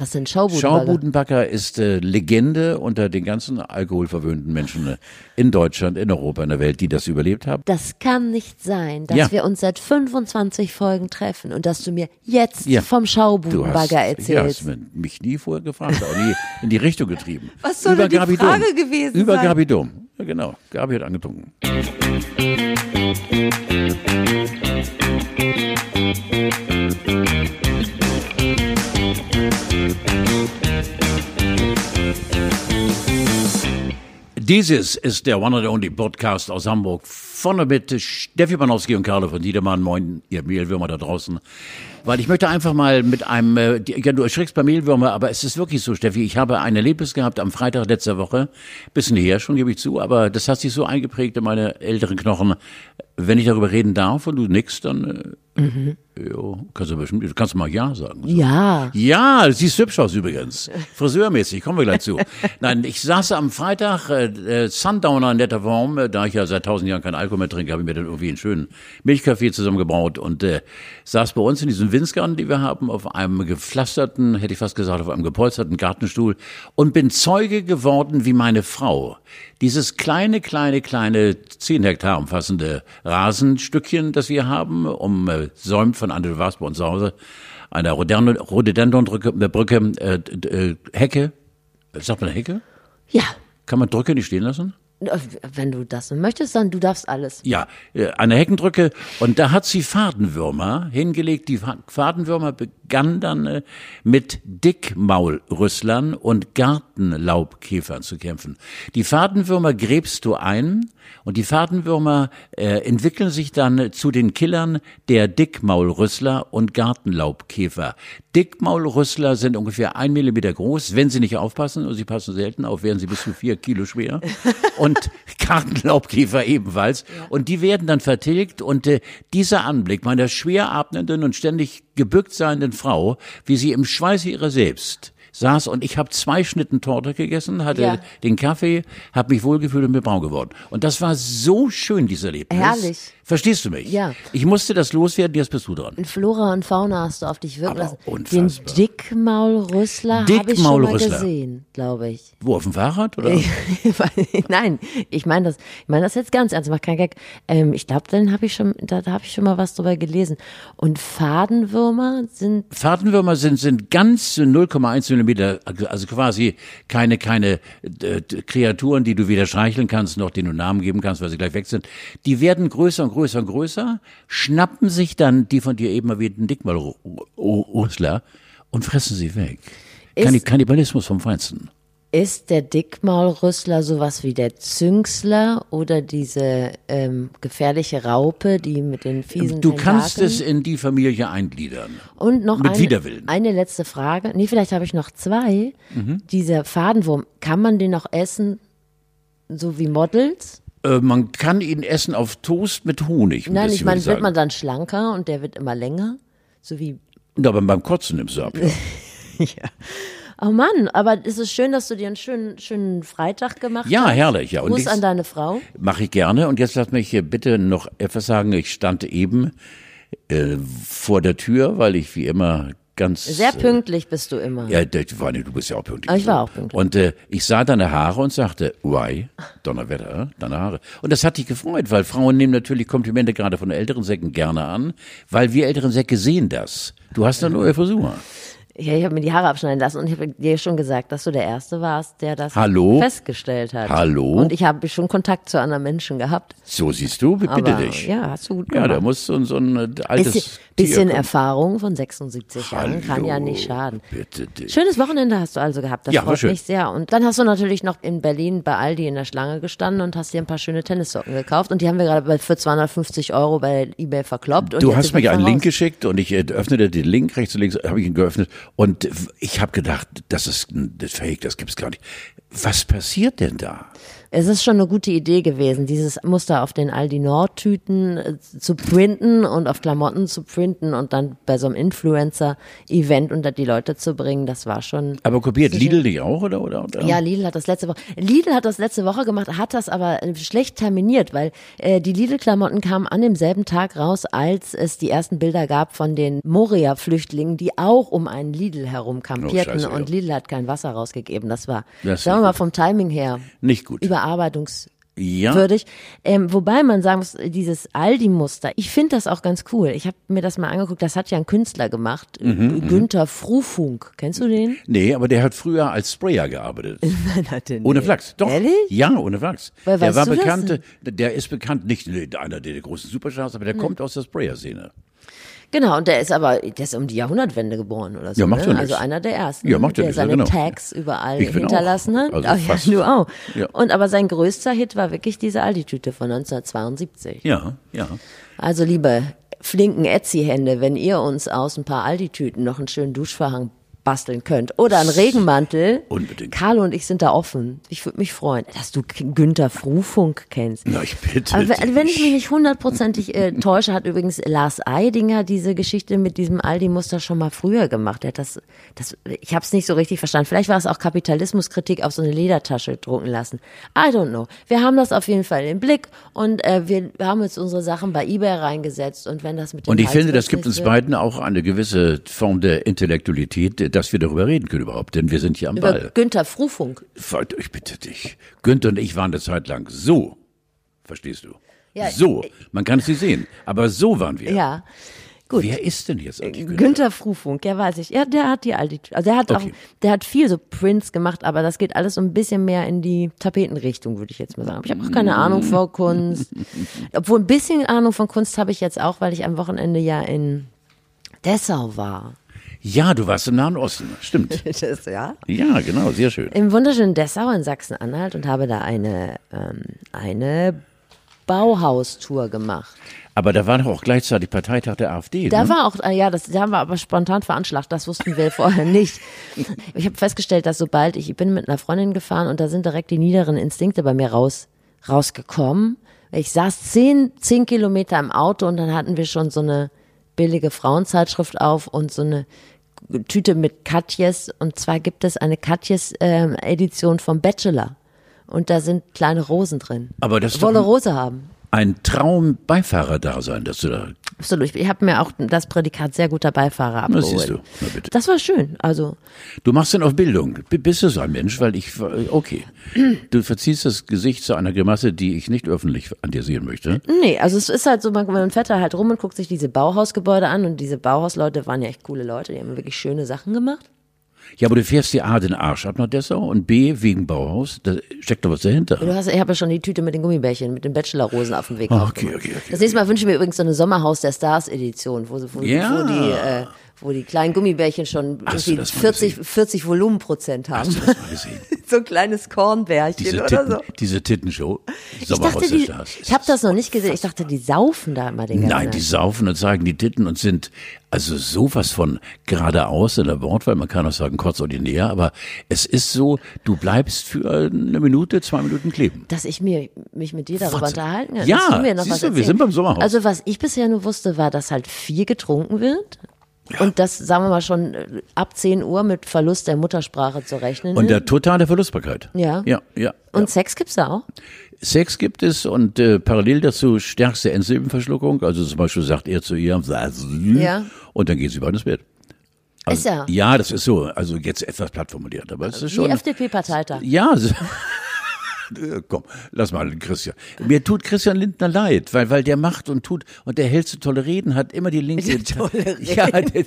Was sind Schaubudenbagger? Schaubudenbagger ist Legende unter den ganzen alkoholverwöhnten Menschen in Deutschland, in Europa, in der Welt, die das überlebt haben. Das kann nicht sein, dass wir uns seit 25 Folgen treffen und dass du mir jetzt vom Schaubudenbagger erzählst. Du hast mich nie vorher gefragt, auch nie in die Richtung getrieben. Was soll denn die Frage gewesen Über sein? Gabi Dom. Ja, genau. Gabi hat angetrunken. Dieses ist der One and Only Podcast aus Hamburg. Vorne mit Steffi Banowski und Carlo von Tiedemann. Moin, ihr Mehlwürmer da draußen. Weil ich möchte einfach mal mit einem, du erschrickst bei Mehlwürmer, aber es ist wirklich so, Steffi, ich habe ein Erlebnis gehabt am Freitag letzter Woche. Bisschen her schon, gebe ich zu, aber das hat sich so eingeprägt in meine älteren Knochen. Wenn ich darüber reden darf und du nix, dann kannst du mal Ja sagen. So. Ja. Ja, du siehst hübsch aus übrigens. Friseurmäßig, kommen wir gleich zu. Nein, ich saß am Freitag, Sundowner in netter Form, da ich ja seit 1000 Jahren keinen Alkohol mehr trinke, habe ich mir dann irgendwie einen schönen Milchkaffee zusammengebraut und saß bei uns in diesem Winzgarten, die wir haben, auf einem gepflasterten, hätte ich fast gesagt, auf einem gepolsterten Gartenstuhl und bin Zeuge geworden, wie meine Frau dieses kleine 10 Hektar umfassende Rasenstückchen, das wir haben, säumt von Anne Vars bei uns zu Hause, einer Rhododendron-Brücke, Hecke, sagt man Hecke? Ja. Kann man Drücke nicht stehen lassen? Wenn du das möchtest, dann du darfst alles. Ja, eine Heckendrücke. Und da hat sie Fadenwürmer hingelegt. Die Fadenwürmer begannen dann mit Dickmaulrüsslern und Gartenlaubkäfern zu kämpfen. Die Fadenwürmer gräbst du ein und die Fadenwürmer entwickeln sich dann zu den Killern der Dickmaulrüssler und Gartenlaubkäfer. Dickmaulrüssler sind ungefähr 1 Millimeter groß. Wenn sie nicht aufpassen, und sie passen selten auf, werden sie bis zu 4 Kilo schwer. Und Gartenlaubkäfer ebenfalls. Ja. Und die werden dann vertilgt. Und dieser Anblick meiner schwer atmenden und ständig gebückt seienden Frau, wie sie im Schweiße ihrer selbst saß und ich habe 2 Schnitten Torte gegessen, hatte den Kaffee, habe mich wohlgefühlt und bin braun geworden. Und das war so schön, dieses Erlebnis. Herrlich. Verstehst du mich? Ja. Ich musste das loswerden, jetzt bist du dran. In Flora und Fauna hast du auf dich wirken lassen. Unfassbar. Den Dickmaulrüssler habe ich schon mal gesehen, glaube ich. Wo, auf dem Fahrrad? Oder? Nein, ich meine das jetzt ganz ernst, ich mache keinen Gag. Ich glaube, da habe ich schon mal was drüber gelesen. Und Fadenwürmer sind ganz 0,1 Millimeter, also quasi keine Kreaturen, die du weder streicheln kannst, noch denen du Namen geben kannst, weil sie gleich weg sind. Die werden größer und größer und größer, schnappen sich dann die von dir eben erwähnten Dickmaulrüssler und fressen sie weg. Kannibalismus vom Feinsten. Ist der Dickmaulrüssler sowas wie der Zünxler oder diese gefährliche Raupe, die mit den fiesen Du Tentakeln? kannst es in die Familie eingliedern. Und noch mit Widerwillen. Eine letzte Frage. Nee, vielleicht habe ich noch 2. Dieser Fadenwurm, kann man den noch essen, so wie Models? Man kann ihn essen auf Toast mit Honig. Nein, ich meine, wird man dann schlanker und der wird immer länger? So wie. Aber beim Kotzen nimmst du ab, ja. Ja. Oh Mann, aber es ist schön, dass du dir einen schönen Freitag gemacht hast. Ja, herrlich. Ja. Gruß an deine Frau. Mache ich gerne. Und jetzt lass mich hier bitte noch etwas sagen. Ich stand eben vor der Tür, weil ich wie immer sehr pünktlich bist du immer. Ja, du bist ja auch pünktlich. Aber ich war auch pünktlich. Und ich sah deine Haare und sagte, why? Donnerwetter, deine Haare. Und das hat dich gefreut, weil Frauen nehmen natürlich Komplimente gerade von älteren Säcken gerne an, weil wir älteren Säcke sehen das. Du hast eine neue Frisur. Ja, ich habe mir die Haare abschneiden lassen und ich habe dir schon gesagt, dass du der Erste warst, der das festgestellt hat. Hallo? Und ich habe schon Kontakt zu anderen Menschen gehabt. So siehst du, bitte dich. Ja, hast du gut gemacht. Ja, da muss so ein altes bisschen Erfahrung von 76 Jahren kann ja nicht schaden. Bitte dich. Schönes Wochenende hast du also gehabt, das freut mich sehr. Und dann hast du natürlich noch in Berlin bei Aldi in der Schlange gestanden und hast dir ein paar schöne Tennissocken gekauft und die haben wir gerade für 250 € bei eBay verkloppt. Und du hast mir einen Link geschickt und ich öffnete den Link, rechts und links habe ich ihn geöffnet und ich habe gedacht, das ist Fake, das gibt's gar nicht. Was passiert denn da? Es ist schon eine gute Idee gewesen, dieses Muster auf den Aldi Nord-Tüten zu printen und auf Klamotten zu printen und dann bei so einem Influencer-Event unter die Leute zu bringen. Das war schon. Aber kopiert Lidl dich auch, oder? Ja, Lidl hat das letzte Woche gemacht, hat das aber schlecht terminiert, weil die Lidl-Klamotten kamen an demselben Tag raus, als es die ersten Bilder gab von den Moria-Flüchtlingen, die auch um einen Lidl herum kampierten und Lidl hat kein Wasser rausgegeben. Das war, sagen wir mal, vom Timing her nicht gut. Überarbeitungswürdig. Wobei man sagen muss, dieses Aldi-Muster, ich finde das auch ganz cool. Ich habe mir das mal angeguckt, das hat ja ein Künstler gemacht, Günther Frufunk. Kennst du den? Nee, aber der hat früher als Sprayer gearbeitet. Nein, hat der nicht. Ohne Flachs. Doch. Ehrlich? Ja, ohne Flachs. Weil, der war du bekannt, das? der ist bekannt, nicht einer der großen Superstars, aber der kommt aus der Sprayer-Szene. Genau, und der ist um die Jahrhundertwende geboren oder so. Ja, macht ja ne? nichts. Also einer der ersten, Ja, macht ja der nichts, seine genau. Tags überall Ich bin hinterlassen auch. hat. Also Ja, fast. du auch. Ja. Und aber sein größter Hit war wirklich diese Aldi-Tüte von 1972. Ja. Also liebe flinken Etsy-Hände, wenn ihr uns aus ein paar Aldi-Tüten noch einen schönen Duschvorhang basteln könnt oder einen Regenmantel. Unbedingt. Carlo und ich sind da offen. Ich würde mich freuen, dass du Günther Frufunk kennst. Na, ich bitte Aber dich. wenn ich mich nicht hundertprozentig täusche, hat übrigens Lars Eidinger diese Geschichte mit diesem Aldi-Muster schon mal früher gemacht. Er hat ich habe es nicht so richtig verstanden. Vielleicht war es auch Kapitalismuskritik auf so eine Ledertasche drucken lassen. I don't know. Wir haben das auf jeden Fall im Blick und wir haben jetzt unsere Sachen bei eBay reingesetzt und wenn das mit dem Und ich finde, Halsband das gibt nicht uns wird- beiden auch eine gewisse Form der Intellektualität, dass wir darüber reden können überhaupt, denn wir sind hier am über Ball. Günther Frufunk. Ich bitte dich. Günther und ich waren eine Zeit lang so, verstehst du? Ja, so, man kann es nicht sehen, aber so waren wir. Ja. Gut. Wer ist denn jetzt eigentlich Günther Frufunk, ja, weiß ich. Ja, der hat die Aldi, also der hat viel so Prints gemacht, aber das geht alles so ein bisschen mehr in die Tapetenrichtung, würde ich jetzt mal sagen. Aber ich habe auch keine Ahnung von Kunst. Obwohl ein bisschen Ahnung von Kunst habe ich jetzt auch, weil ich am Wochenende ja in Dessau war. Ja, du warst im Nahen Osten, stimmt. Das, ja. Ja, genau, sehr schön. Im wunderschönen Dessau in Sachsen-Anhalt und habe da eine Bauhaustour gemacht. Aber da war doch auch gleichzeitig Parteitag der AfD. Da ne? war auch, da haben wir aber spontan veranschlagt, das wussten wir vorher nicht. Ich habe festgestellt, dass ich bin mit einer Freundin gefahren und da sind direkt die niederen Instinkte bei mir rausgekommen. Ich saß 10 Kilometer im Auto und dann hatten wir schon so eine billige Frauenzeitschrift auf und so eine Tüte mit Katjes. Und zwar gibt es eine Katjes-Edition vom Bachelor. Und da sind kleine Rosen drin. Aber das ist Wolle doch Rose haben. ein Traum-Beifahrer-Dasein, dass du da. Absolut. Ich habe mir auch das Prädikat sehr guter Beifahrer abgeholt. Das siehst du. Na bitte. Das war schön. Also Du machst dann auf Bildung. Bist du so ein Mensch? Weil okay. Du verziehst das Gesicht zu einer Grimasse, die ich nicht öffentlich an dir sehen möchte. nee, also es ist halt so, man fährt da halt rum und guckt sich diese Bauhausgebäude an und diese Bauhausleute waren ja echt coole Leute, die haben wirklich schöne Sachen gemacht. Ja, aber du fährst dir A, den Arsch ab nach Dessau und B, wegen Bauhaus. Da steckt doch was dahinter. Ich habe ja schon die Tüte mit den Gummibärchen, mit den Bachelorrosen auf dem Weg. Okay. Das nächste Mal wünsche ich mir übrigens so eine Sommerhaus der Stars Edition, wo die kleinen Gummibärchen schon Hast du irgendwie das mal 40 Volumenprozent haben. Hast du das mal gesehen? So ein kleines Kornbärchen oder so. Diese Tittenshow. Ich dachte, ich habe das noch nicht gesehen. Ich dachte, die saufen da immer den ganzen Nein, die saufen und zeigen die Titten und sind also sowas von geradeaus in der Wortwahl. Man kann auch sagen kurzordinär, aber es ist so, du bleibst für eine Minute, 2 Minuten kleben. dass ich mich mit dir darüber Wahnsinn. unterhalten kann. Ja, Dass du mir noch siehst was du, wir erzählen. sind beim Sommerhaus. Also was ich bisher nur wusste, war, dass halt viel getrunken wird. Und das, sagen wir mal, schon ab 10 Uhr mit Verlust der Muttersprache zu rechnen Und ist. der totale Verlustbarkeit. Ja. Ja. Und Sex gibt's da auch? Sex gibt es und parallel dazu stärkste Endsilbenverschluckung. Also zum Beispiel sagt er zu ihr, Ja. und dann geht sie beide ins Bett. Ist ja. Ja, das ist so. Also jetzt etwas platt formuliert, aber es ist Wie schon. FDP-Parteitag. Ja. Komm, lass mal Christian. Mir tut Christian Lindner leid, weil der macht und tut und der hält so tolle Reden, hat immer die linke. Ja,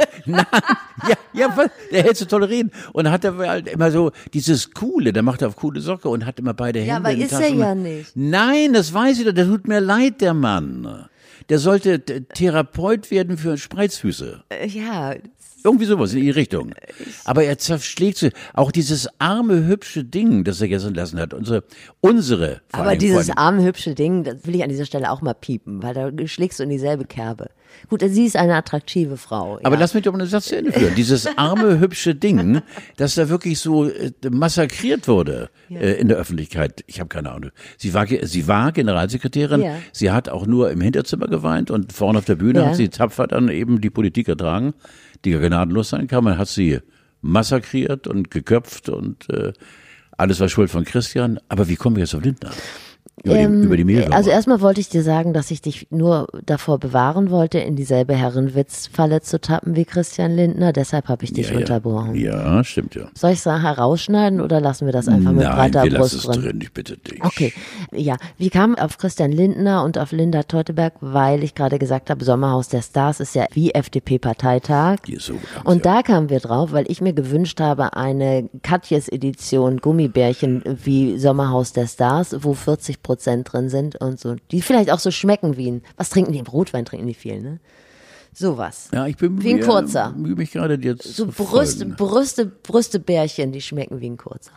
der hält so tolle Reden und hat aber halt immer so dieses Coole, der macht auf coole Socke und hat immer beide Hände. Ja, aber in den ist er Taschen. ja nicht. Nein, das weiß ich doch, der tut mir leid, der Mann. Der sollte Therapeut werden für Spreizfüße. Ja. Irgendwie sowas in die Richtung. Aber er zerschlägt sie. Auch dieses arme, hübsche Ding, das er gestern lassen hat. Unsere vor Aber allem dieses Freundin. arme, hübsche Ding, das will ich an dieser Stelle auch mal piepen, weil da schlägst du in dieselbe Kerbe. Gut, sie ist eine attraktive Frau. Aber ja. lass mich doch mal einen Satz zu Ende führen. Dieses arme, hübsche Ding, das da wirklich so massakriert wurde in der Öffentlichkeit. Ich habe keine Ahnung. Sie war Generalsekretärin. Ja. Sie hat auch nur im Hinterzimmer geweint und vorne auf der Bühne hat sie tapfer dann eben die Politik ertragen, die ja gnadenlos sein kann. Man hat sie massakriert und geköpft und alles war Schuld von Christian. Aber wie kommen wir jetzt auf Lindner? Über die Mehlwürmer. Also erstmal wollte ich dir sagen, dass ich dich nur davor bewahren wollte, in dieselbe Herrenwitzfalle zu tappen wie Christian Lindner. Deshalb habe ich dich unterbrochen. Ja, stimmt ja. Soll ich es herausschneiden oder lassen wir das einfach mit breiter wir Brust lassen es drin, ich bitte dich. Okay, ja. Wir kamen auf Christian Lindner und auf Linda Teuteberg, weil ich gerade gesagt habe, Sommerhaus der Stars ist ja wie FDP-Parteitag. Und da kamen wir drauf, weil ich mir gewünscht habe, eine Katjes-Edition Gummibärchen wie Sommerhaus der Stars, wo 40% drin sind und so, die vielleicht auch so schmecken wie was trinken die? Im Rotwein trinken die viel, ne? Sowas. Ja, ich bin wie ein kurzer. Mühe mich gerade jetzt so zu Brüstebärchen, die schmecken wie ein kurzer.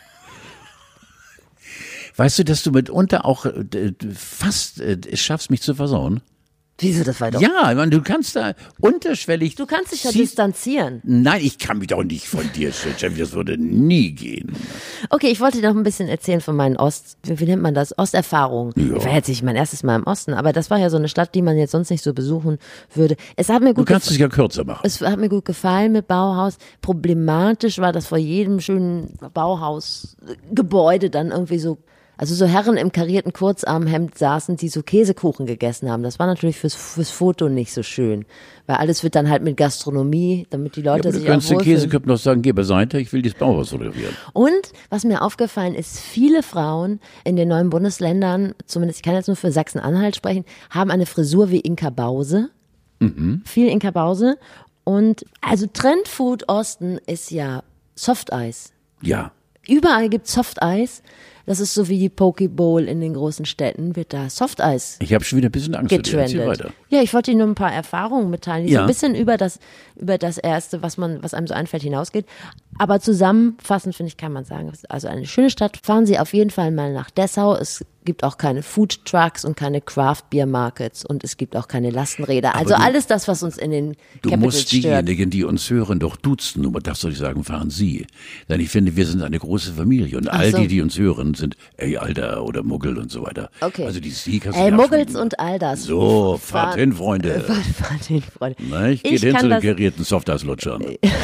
Weißt du, dass du mitunter auch fast es schaffst, mich zu versauen? Wieso, das war doch... Ja, ich meine, du kannst da unterschwellig... Du kannst dich ja distanzieren. Nein, ich kann mich doch nicht von dir, Steffi, das würde nie gehen. Okay, ich wollte dir noch ein bisschen erzählen von meinen wie nennt man das? Osterfahrungen. Ja. Ich war jetzt nicht mein erstes Mal im Osten, aber das war ja so eine Stadt, die man jetzt sonst nicht so besuchen würde. Es hat mir gut Du kannst es ja kürzer machen. Es hat mir gut gefallen mit Bauhaus. Problematisch war, dass vor jedem schönen Bauhausgebäude dann irgendwie so Herren im karierten Kurzarmhemd saßen, die so Käsekuchen gegessen haben. Das war natürlich fürs Foto nicht so schön. Weil alles wird dann halt mit Gastronomie, damit die Leute sich auch wohlfühlen. Du kannst den Käseköpfen noch sagen, geh beiseite, ich will dieses Bauhaus fotografieren. Und was mir aufgefallen ist, viele Frauen in den neuen Bundesländern, zumindest ich kann jetzt nur für Sachsen-Anhalt sprechen, haben eine Frisur wie Inka Bause. Mhm. Viel Inka Bause. Und also Trendfood Osten ist ja Softeis. Ja. Überall gibt's Softeis. Das ist so wie die Poke Bowl in den großen Städten, wird da Softeis. Ich habe schon wieder ein bisschen Angst vor dir. Erzähl weiter. Ja, ich wollte dir nur ein paar Erfahrungen mitteilen, die so ein bisschen über das Erste, was einem so einfällt, hinausgeht. Aber zusammenfassend, finde ich, kann man sagen, es ist also eine schöne Stadt. Fahren Sie auf jeden Fall mal nach Dessau. Es gibt auch keine Food Trucks und keine Craft Beer Markets und es gibt auch keine Lastenräder. Aber also alles das, was uns in den Capitals musst diejenigen, die uns hören, doch duzen. Du darfst doch nicht sagen, fahren Sie. Denn ich finde, wir sind eine große Familie und all die uns hören, sind Alter oder Muggel und so weiter. Okay. Also die Sieg hast Muggels und all das. So, fahrt hin, Freunde. Fahrt hin, Freunde. Na, geht hin zu den karierten Softeis-Lutschern.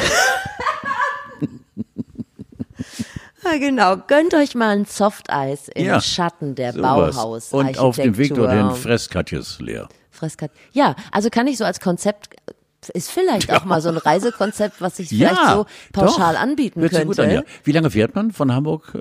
Ja, genau. Gönnt euch mal ein Softeis im Schatten der Bauhaus. Und auf dem Weg dorthin Fresskatjes leer. Ja, also kann ich so als Konzept, ist vielleicht auch mal so ein Reisekonzept, was ich vielleicht so pauschal anbieten könnte. Gut an, Wie lange fährt man von Hamburg?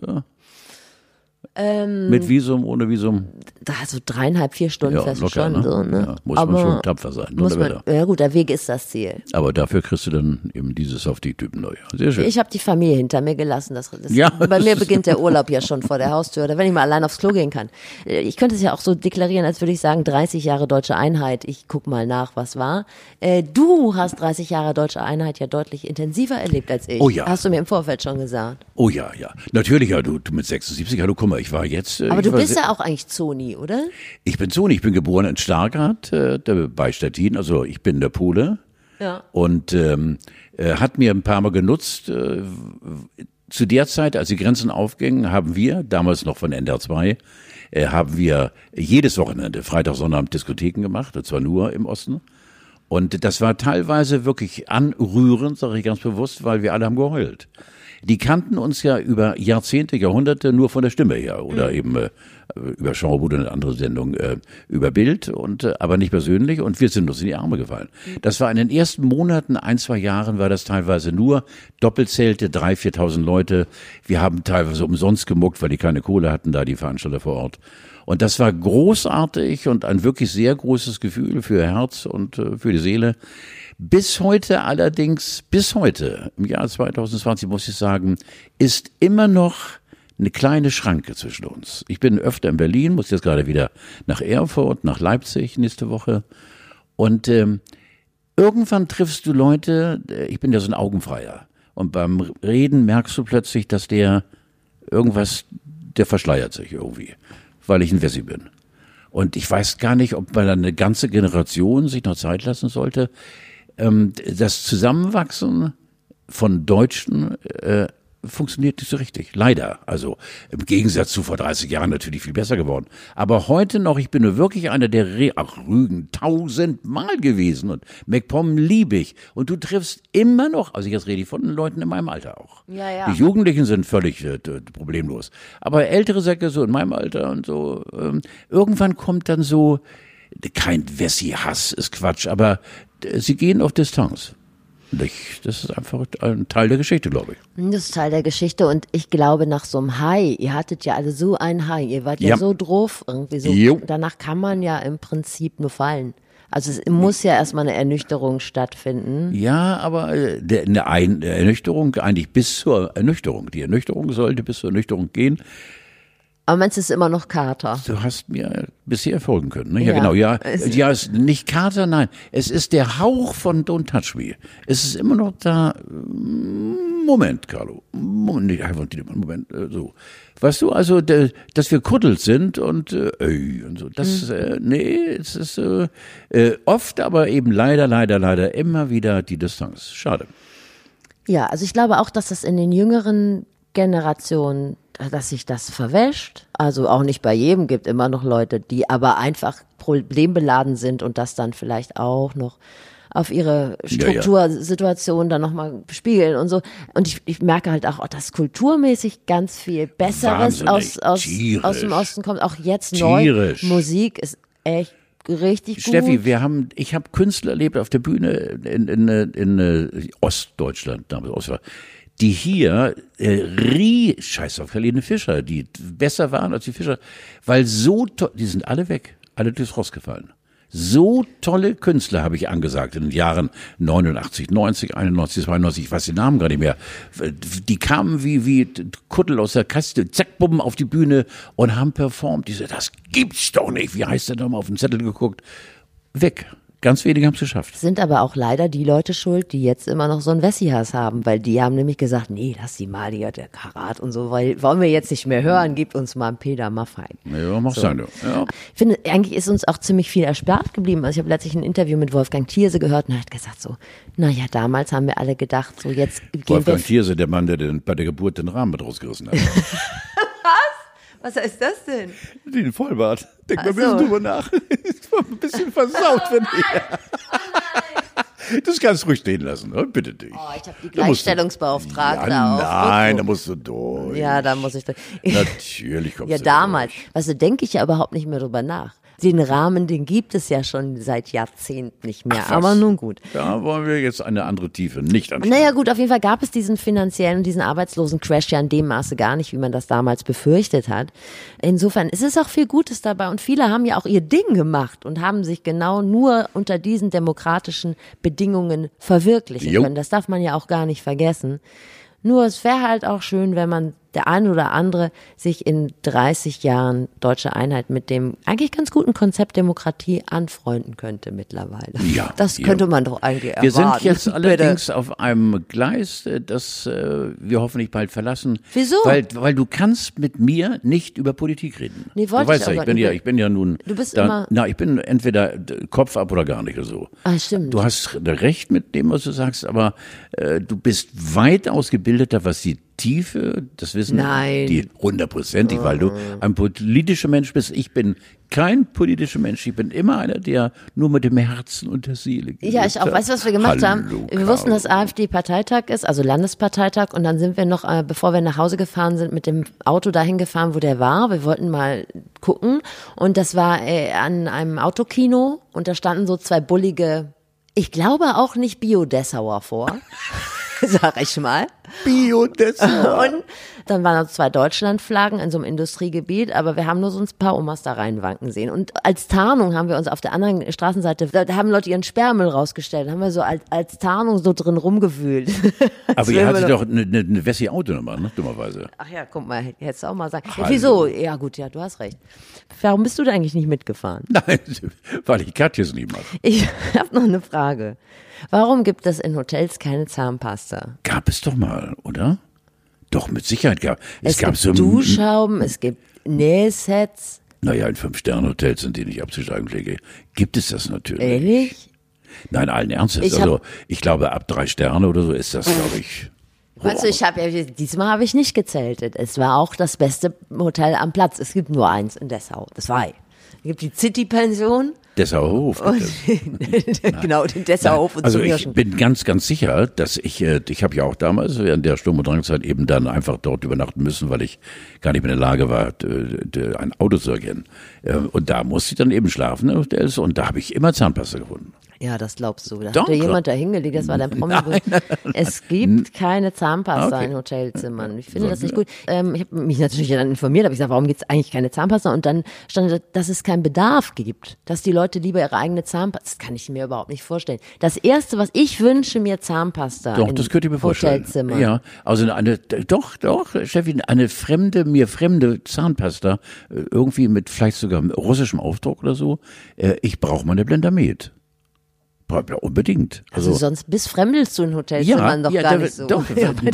Mit Visum, ohne Visum? Da so 3,5, 4 Stunden fährst du schon. Ne? So, ne? Ja, muss man schon tapfer sein. Ja gut, der Weg ist das Ziel. Aber dafür kriegst du dann eben diese Softie-Typen neu. Sehr schön. Ich habe die Familie hinter mir gelassen. Bei mir beginnt der Urlaub ja schon vor der Haustür, oder wenn ich mal allein aufs Klo gehen kann. Ich könnte es ja auch so deklarieren, als würde ich sagen, 30 Jahre Deutsche Einheit. Ich guck mal nach, was war. Du hast 30 Jahre Deutsche Einheit ja deutlich intensiver erlebt als ich. Oh ja. Hast du mir im Vorfeld schon gesagt. Oh ja, ja. Natürlich, ja, du mit 76, ja, du guck mal, ich war jetzt... Aber du bist ja auch eigentlich Zoni, oder? Ich bin Zoni, ich bin geboren in Stargard, bei Stettin, also ich bin der Pole. Ja. Und hat mir ein paar Mal genutzt. Zu der Zeit, als die Grenzen aufgingen, haben wir, damals noch von NDR 2, haben wir jedes Wochenende, Freitag, Sonnabend Diskotheken gemacht, und zwar nur im Osten. Und das war teilweise wirklich anrührend, sage ich ganz bewusst, weil wir alle haben geheult. Die kannten uns ja über Jahrzehnte, Jahrhunderte nur von der Stimme her oder eben über Schauerbude und andere Sendungen über Bild und aber nicht persönlich und wir sind uns in die Arme gefallen. Das war in den ersten Monaten, 1, 2 Jahren war das teilweise nur Doppelzelte, 3.000, 4.000 Leute. Wir haben teilweise umsonst gemuckt, weil die keine Kohle hatten, da die Veranstalter vor Ort. Und das war großartig und ein wirklich sehr großes Gefühl für Herz und für die Seele. Bis heute allerdings, im Jahr 2020 muss ich sagen, ist immer noch eine kleine Schranke zwischen uns. Ich bin öfter in Berlin, muss jetzt gerade wieder nach Erfurt, nach Leipzig nächste Woche. Und irgendwann triffst du Leute, ich bin ja so ein Augenfreier. Und beim Reden merkst du plötzlich, dass der verschleiert sich irgendwie, weil ich ein Wessi bin. Und ich weiß gar nicht, ob man dann eine ganze Generation sich noch Zeit lassen sollte. Das Zusammenwachsen von Deutschen funktioniert nicht so richtig. Leider. Also im Gegensatz zu vor 30 Jahren natürlich viel besser geworden. Aber heute noch, ich bin nur wirklich einer der Rügen 1000-mal gewesen und MacPom liebe ich. Und du triffst immer noch, also jetzt rede ich von den Leuten in meinem Alter auch. Ja. Die Jugendlichen sind völlig problemlos. Aber ältere Säcke so in meinem Alter und so, irgendwann kommt dann so, kein Wessi-Hass ist Quatsch, aber sie gehen auf Distanz. Das ist einfach ein Teil der Geschichte, glaube ich. Das ist Teil der Geschichte und ich glaube nach so einem High, ihr hattet ja alle so ein High, ihr wart ja so drauf irgendwie so. Jo. Danach kann man ja im Prinzip nur fallen. Also es muss ja erstmal eine Ernüchterung stattfinden. Ja, aber eine Ernüchterung eigentlich bis zur Ernüchterung. Die Ernüchterung sollte bis zur Ernüchterung gehen. Aber meinst du, es ist immer noch Kater? Du hast mir bisher folgen können. Ne? Ja, Ja. genau. Ja, es ist nicht Kater, nein. Es ist der Hauch von Don't Touch Me. Es ist immer noch da. Moment, Carlo. Moment, so. Weißt du, also, dass wir kuddelt sind und so. Das, nee, es ist oft, aber eben leider immer wieder die Distanz. Schade. Ja, also ich glaube auch, dass das in den jüngeren Generationen, dass sich das verwäscht. Also auch nicht bei jedem, gibt immer noch Leute, die aber einfach problembeladen sind und das dann vielleicht auch noch auf ihre Struktursituation dann nochmal spiegeln und so. Und ich merke halt auch, dass kulturmäßig ganz viel Besseres aus dem Osten kommt. Auch jetzt neu. Musik ist echt richtig gut. Steffi, ich habe Künstler erlebt auf der Bühne in Ostdeutschland, damals Ostdeutschland, die hier scheiß auf Helene Fischer, die besser waren als die Fischer, weil so toll, die sind alle weg, alle durchs Rost gefallen. So tolle Künstler habe ich angesagt in den Jahren 89, 90, 91, 92, ich weiß den Namen gar nicht mehr. Die kamen wie Kuttel aus der Kaste, zack, bumm, auf die Bühne und haben performt. Die so, das gibt's doch nicht. Wie heißt der nochmal? Auf den Zettel geguckt. Weg. Ganz wenige haben es geschafft. Sind aber auch leider die Leute schuld, die jetzt immer noch so einen Wessi-Hass haben, weil die haben nämlich gesagt, nee, lass die mal, die hat der Karat und so, weil wollen wir jetzt nicht mehr hören, gib uns mal einen Peter Maffay. Ja, mach sein, du. Ja. Ich finde, eigentlich ist uns auch ziemlich viel erspart geblieben. Also ich habe letztlich ein Interview mit Wolfgang Thierse gehört und er hat gesagt so, naja, damals haben wir alle gedacht, so jetzt gehen Wolfgang Thierse, der Mann, der bei der Geburt den Rahmen mit rausgerissen hat. Was heißt das denn? Den Vollbart. Denk mal ein bisschen drüber nach. Das war ein bisschen versaut, finde ich. Das kannst du ruhig stehen lassen, oder? Bitte dich. Oh, ich habe die Gleichstellungsbeauftragte Nein, da musst du durch. Ja, da muss ich durch. Natürlich kommst ja, du damals. durch. Weißt du, denke ich ja überhaupt nicht mehr drüber nach. Den Rahmen, den gibt es ja schon seit Jahrzehnten nicht mehr, aber nun gut. Da wollen wir jetzt eine andere Tiefe nicht anschauen. Naja gut, auf jeden Fall gab es diesen finanziellen, diesen Arbeitslosen-Crash ja in dem Maße gar nicht, wie man das damals befürchtet hat. Insofern ist es auch viel Gutes dabei und viele haben ja auch ihr Ding gemacht und haben sich genau nur unter diesen demokratischen Bedingungen verwirklichen können. Das darf man ja auch gar nicht vergessen. Nur es wäre halt auch schön, wenn man der eine oder andere sich in 30 Jahren deutsche Einheit mit dem eigentlich ganz guten Konzept Demokratie anfreunden könnte mittlerweile. Ja, das könnte man doch eigentlich erwarten. Wir sind jetzt allerdings auf einem Gleis, das wir hoffentlich bald verlassen. Wieso? Weil du kannst mit mir nicht über Politik reden. Nee, du weißt ja, ich bin ja nun. Du bist immer. Na, ich bin entweder Kopf ab oder gar nicht oder so. Ah, stimmt. Du hast recht mit dem, was du sagst, aber du bist weit ausgebildeter, was die Tiefe, das wissen die 100%, weil du ein politischer Mensch bist. Ich bin kein politischer Mensch. Ich bin immer einer, der nur mit dem Herzen und der Seele geht. Ja, ich auch. Weißt du, was wir gemacht haben? Wir wussten, dass AfD-Parteitag ist, also Landesparteitag. Und dann sind wir noch, bevor wir nach Hause gefahren sind, mit dem Auto dahin gefahren, wo der war. Wir wollten mal gucken. Und das war an einem Autokino. Und da standen so zwei bullige, ich glaube auch nicht Bio-Dessauer vor. Sag ich mal. Bio-Dessauer. Und dann waren noch zwei Deutschlandflaggen in so einem Industriegebiet, aber wir haben nur so ein paar Omas da reinwanken sehen. Und als Tarnung haben wir uns auf der anderen Straßenseite, da haben Leute ihren Sperrmüll rausgestellt, haben wir so als Tarnung so drin rumgewühlt. Aber ihr hattet doch eine Wessi-Autonummer, ne? Dummerweise. Ach ja, guck mal, hättest du auch mal sagen. Ja, wieso? Ja gut, ja, du hast recht. Warum bist du da eigentlich nicht mitgefahren? Nein, weil ich Katjes nie mache. Ich habe noch eine Frage. Warum gibt es in Hotels keine Zahnpasta? Gab es doch mal, oder? Doch, mit Sicherheit gab es. Gab gibt so Duschhauben, es gibt Nähsets. Naja, in 5-Sterne-Hotels sind die nicht abzusteigen, Pflege. Gibt es das natürlich. Ehrlich? Nein, allen Ernstes. Ich glaube, ab 3 Sterne oder so ist das, glaube ich. Weißt du, diesmal habe ich nicht gezeltet. Es war auch das beste Hotel am Platz. Es gibt nur eins in Dessau, 2. Es gibt die City-Pension. Dessauer Hof. Genau, den Dessauer Hof. Und also ich bin ganz, ganz sicher, dass ich habe ja auch damals während der Sturm- und Drangzeit eben dann einfach dort übernachten müssen, weil ich gar nicht mehr in der Lage war, ein Auto zu erkennen. Und da musste ich dann eben schlafen in Hotels und da habe ich immer Zahnpasta gefunden. Ja, das glaubst du. Da Doch, hat dir jemand da hingelegt, das war dein Promi. Es gibt keine Zahnpasta in Hotelzimmern. Ich finde das nicht gut. Ich habe mich natürlich dann informiert, habe ich gesagt, warum gibt es eigentlich keine Zahnpasta? Und dann stand, dass es keinen Bedarf gibt, dass die Leute lieber ihre eigene Zahnpasta, das kann ich mir überhaupt nicht vorstellen. Das Erste, was ich wünsche, mir Zahnpasta Doch, das könnte ich mir vorstellen. Hotelzimmer. Ja, also doch, Steffi, mir fremde Zahnpasta, irgendwie mit vielleicht sogar russischem Aufdruck oder so. Ich brauche mal eine Blendamet. Ja, unbedingt. Also sonst fremdelst du in Hotelzimmern doch gar nicht so. Doch,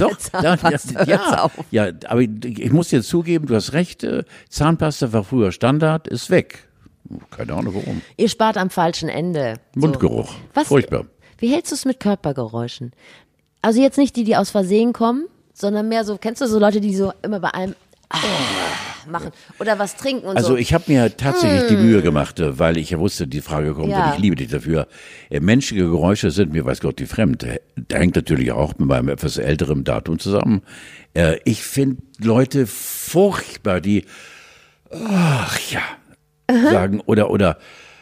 ja, aber ich muss dir zugeben, du hast recht, Zahnpasta war früher Standard, ist weg. Keine Ahnung warum. Ihr spart am falschen Ende. Mundgeruch, furchtbar. Wie hältst du es mit Körpergeräuschen? Also jetzt nicht die aus Versehen kommen, sondern mehr so, kennst du so Leute, die so immer bei allem machen oder was trinken und also so. Ich habe mir tatsächlich die Mühe gemacht, weil ich ja wusste, die Frage kommt und ich liebe dich dafür. Menschliche Geräusche sind mir, weiß Gott, die fremd. Da hängt natürlich auch mit meinem etwas älteren Datum zusammen. Ich finde Leute furchtbar, die sagen oder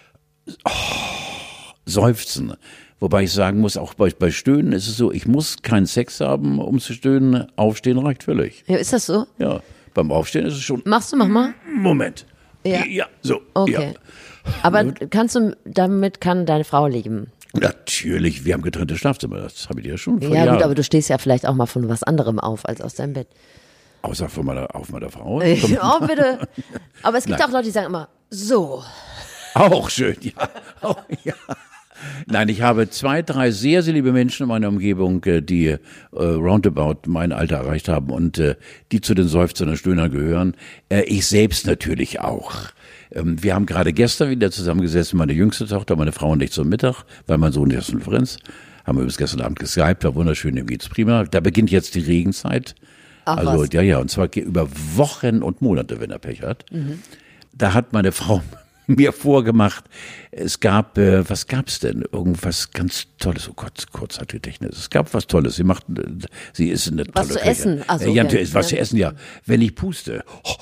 seufzen. Wobei ich sagen muss, auch bei Stöhnen ist es so, ich muss keinen Sex haben, um zu stöhnen. Aufstehen reicht völlig. Ja, ist das so? Ja, beim Aufstehen ist es schon. Mach mal. Moment. Ja, so. Okay. Ja. Aber damit kann deine Frau leben? Natürlich, wir haben getrennte Schlafzimmer, das habe ich dir ja schon vor Jahren. Gut, aber du stehst ja vielleicht auch mal von was anderem auf, als aus deinem Bett. Außer von meiner Frau? Oh, bitte. Aber es gibt auch Leute, die sagen immer, so. Auch schön, ja. Oh, ja. Nein, ich habe 2, 3 sehr, sehr liebe Menschen in meiner Umgebung, die roundabout mein Alter erreicht haben und die zu den Seufzern und Stöhnern gehören. Ich selbst natürlich auch. Wir haben gerade gestern wieder zusammengesessen, meine jüngste Tochter, meine Frau und ich zum Mittag, weil mein Sohn ist in Florenz. Haben wir bis gestern Abend geskypt, war wunderschön, ihm geht's prima. Da beginnt jetzt die Regenzeit. Ach, also was? Ja, und zwar über Wochen und Monate, wenn er Pech hat. Mhm. Da hat meine Frau mir vorgemacht, es gab, was gab's denn? Irgendwas ganz Tolles. Oh Gott, Kurzzeitgedächtnis. Es gab was Tolles. Sie ist eine tolle was zu Köche. Essen? Also, ja, was zu essen, ja. Wenn ich puste.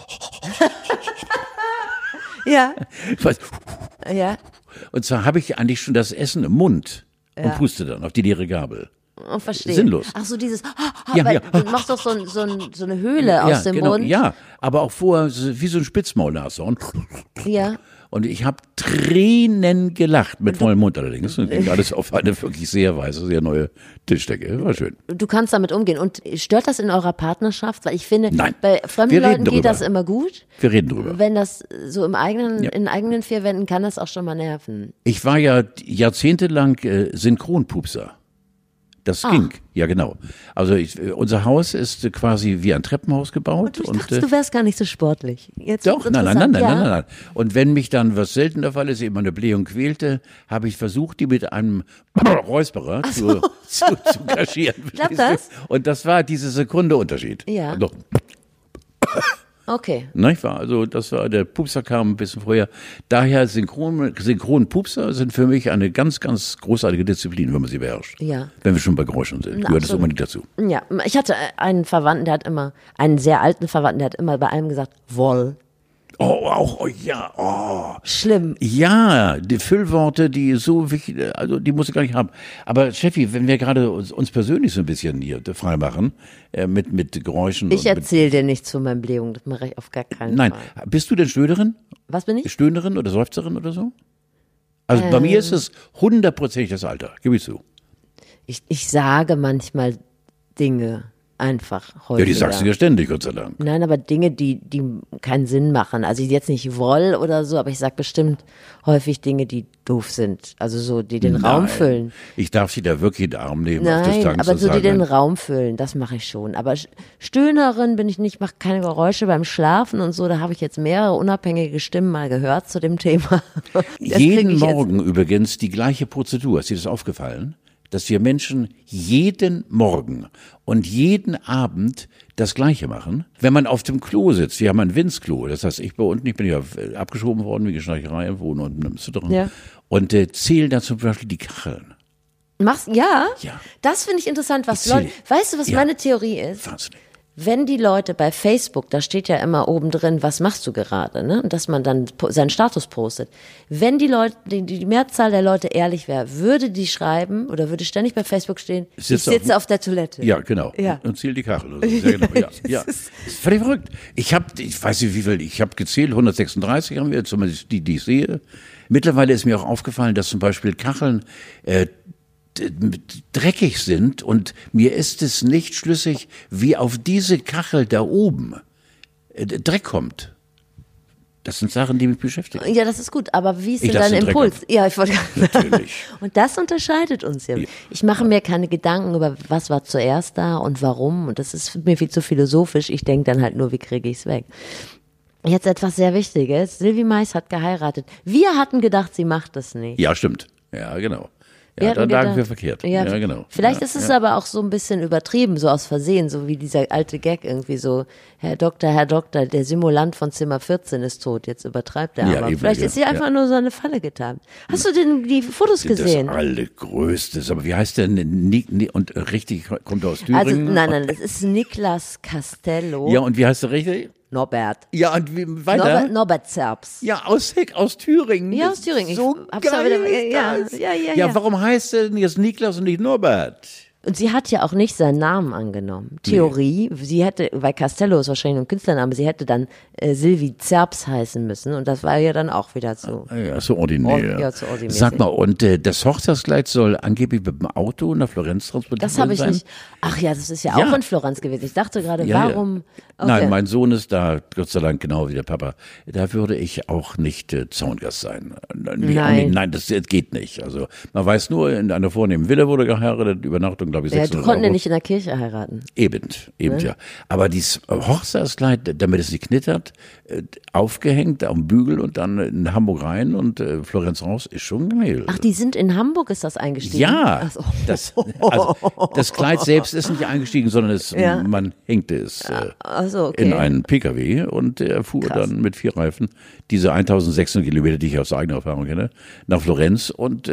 Ja. Was? Ja. Und zwar habe ich eigentlich schon das Essen im Mund und puste dann auf die leere Gabel. Oh, verstehe. Sinnlos. Ach so, dieses, du machst doch so eine Höhle aus dem Mund. Ja, aber auch vorher wie so ein Spitzmaulnashorn. Ja. Und ich habe Tränen gelacht, mit vollem Mund allerdings. Und ging alles auf eine wirklich sehr weiße, sehr neue Tischdecke. War schön. Du kannst damit umgehen. Und stört das in eurer Partnerschaft? Weil ich finde, Nein. bei fremden Leuten geht das immer gut. Wir reden drüber. Wenn das so in eigenen 4 Wänden, kann das auch schon mal nerven. Ich war ja jahrzehntelang Synchronpupser. Das ging, ja genau. Also unser Haus ist quasi wie ein Treppenhaus gebaut. Und du wärst gar nicht so sportlich. Jetzt doch, nein. Und wenn mich dann, was selten der Fall ist, eben eine Blähung quälte, habe ich versucht, die mit einem Räusperer zu kaschieren. Klappt das? Und das war diese Sekunde Unterschied. Ja. Doch. Okay. Der Pupser kam ein bisschen früher. Daher Synchronpupser sind für mich eine ganz, ganz großartige Disziplin, wenn man sie beherrscht. Ja. Wenn wir schon bei Geräuschen sind, gehört das unbedingt dazu. Ja, ich hatte einen Verwandten, einen sehr alten Verwandten, der hat immer bei allem gesagt, Woll. Oh. Schlimm. Ja, die Füllworte, die so wichtig, also die muss ich gar nicht haben. Aber Steffi, wenn wir gerade uns persönlich so ein bisschen hier frei machen, mit Geräuschen. Ich erzähle dir nichts von meinen Blähungen, das mache ich auf gar keinen Fall. Nein, bist du denn Stöhnerin? Was bin ich? Stöhnerin oder Seufzerin oder so? Also bei mir ist es 100% das Alter, gebe ich zu. Ich sage manchmal Dinge. einfach Ja, häufiger. die sagst du ja ständig, Gott sei Dank. Nein, aber Dinge, die keinen Sinn machen. Also jetzt nicht Woll oder so, aber ich sag bestimmt häufig Dinge, die doof sind. Also so, die den Raum füllen. Ich darf sie da wirklich in den Arm nehmen auf Nein, Distanz aber und so, die sagen, den Raum füllen, das mache ich schon. Aber Stöhnerin bin ich nicht, mache keine Geräusche beim Schlafen und so. Da habe ich jetzt mehrere unabhängige Stimmen mal gehört zu dem Thema. Das krieg jeden ich Morgen übrigens die gleiche Prozedur. Ist dir das aufgefallen? Dass wir Menschen jeden Morgen und jeden Abend das Gleiche machen. Wenn man auf dem Klo sitzt, wir haben ein Winzklo, das heißt, ich bin ja abgeschoben worden wegen Schnarcherei, wohne unten im Süderen, Ja. und zählen da zum Beispiel die Kacheln. Ja? Ja. Das finde ich interessant, was Ich zähl- Leute, weißt du, was Ja. meine Theorie ist? Wahnsinnig. Wenn die Leute bei Facebook, da steht ja immer oben drin, was machst du gerade, ne? Und dass man dann seinen Status postet. Wenn die Leute, die Mehrzahl der Leute ehrlich wäre, würde die schreiben oder würde ständig bei Facebook stehen, ich sitze auf der Toilette. Ja, genau. Ja. Und zähl die Kachel. Oder so. Sehr genau. Ja, ja. Das ist völlig verrückt. Ich weiß nicht, wie viel, ich habe gezählt, 136 haben wir, zumindest die ich sehe. Mittlerweile ist mir auch aufgefallen, dass zum Beispiel Kacheln dreckig sind und mir ist es nicht schlüssig, wie auf diese Kachel da oben Dreck kommt. Das sind Sachen, die mich beschäftigen. Ja, das ist gut, aber wie ist Ich denn lasse dein den Dreck Impuls? auf. Ja, ich wollte Natürlich. Und das unterscheidet uns ja. Ja. Ich mache mir keine Gedanken über, was war zuerst da und warum. Und das ist mir viel zu philosophisch. Ich denke dann halt nur, wie kriege ich es weg. Jetzt etwas sehr Wichtiges. Sylvie Mais hat geheiratet. Wir hatten gedacht, sie macht das nicht. Ja, stimmt. Ja, genau. Wir Ja, hatten da lagen gedacht- wir verkehrt. Ja, genau. Vielleicht ja, ist es ja. aber auch so ein bisschen übertrieben, so aus Versehen, so wie dieser alte Gag irgendwie so, Herr Doktor, der Simulant von Zimmer 14 ist tot, jetzt übertreibt er Ja, aber. eben, Vielleicht ja, ist sie einfach nur so eine Falle getan. Hast du denn die Fotos gesehen? Das allergrößte. Aber wie heißt der? Und richtig kommt er aus Thüringen? Also, nein, das ist Niklas Castello. Ja, und wie heißt der richtig? Norbert. Ja, und wie weiter? Norbert Zerbs. Ja, aus Thüringen. Ja, aus Thüringen. So Ich hab's geil da wieder, ist ja, das. ja. Warum heißt er denn jetzt Niklas und nicht Norbert? Und sie hat ja auch nicht seinen Namen angenommen. Theorie, sie hätte, weil Castello ist wahrscheinlich ein Künstlername, sie hätte dann Sylvie Zerbs heißen müssen und das war ja dann auch wieder so. Ja, so ordinär. Ja, so ordinär. Sag mal, und das Hochzeitskleid soll angeblich mit dem Auto nach Florenz transportiert Das habe ich sein? nicht. Ach ja, das ist ja Ja. auch in Florenz gewesen. Ich dachte gerade, Ja, warum? ja. Okay. Nein, mein Sohn ist da, Gott sei Dank, genau wie der Papa. Da würde ich auch nicht Zaungast sein. Nein, das geht nicht. Also man weiß nur, in einer vornehmen Villa wurde geheiratet, Übernachtung, glaube ich, Ja, 600 du konntest ja Euro. nicht in der Kirche heiraten. Eben, ja. Aber dieses Hochzeitskleid, damit es nicht knittert, aufgehängt am Bügel und dann in Hamburg rein und Florenz raus, ist schon geil. Ach, die sind in Hamburg, ist das eingestiegen? Ja, Ach so. das Kleid selbst ist nicht eingestiegen, sondern Ja. man hängte es Ach so, okay. in einen PKW und er fuhr Krass. dann mit 4 Reifen diese 1600 Kilometer, die ich aus eigener Erfahrung kenne, nach Florenz und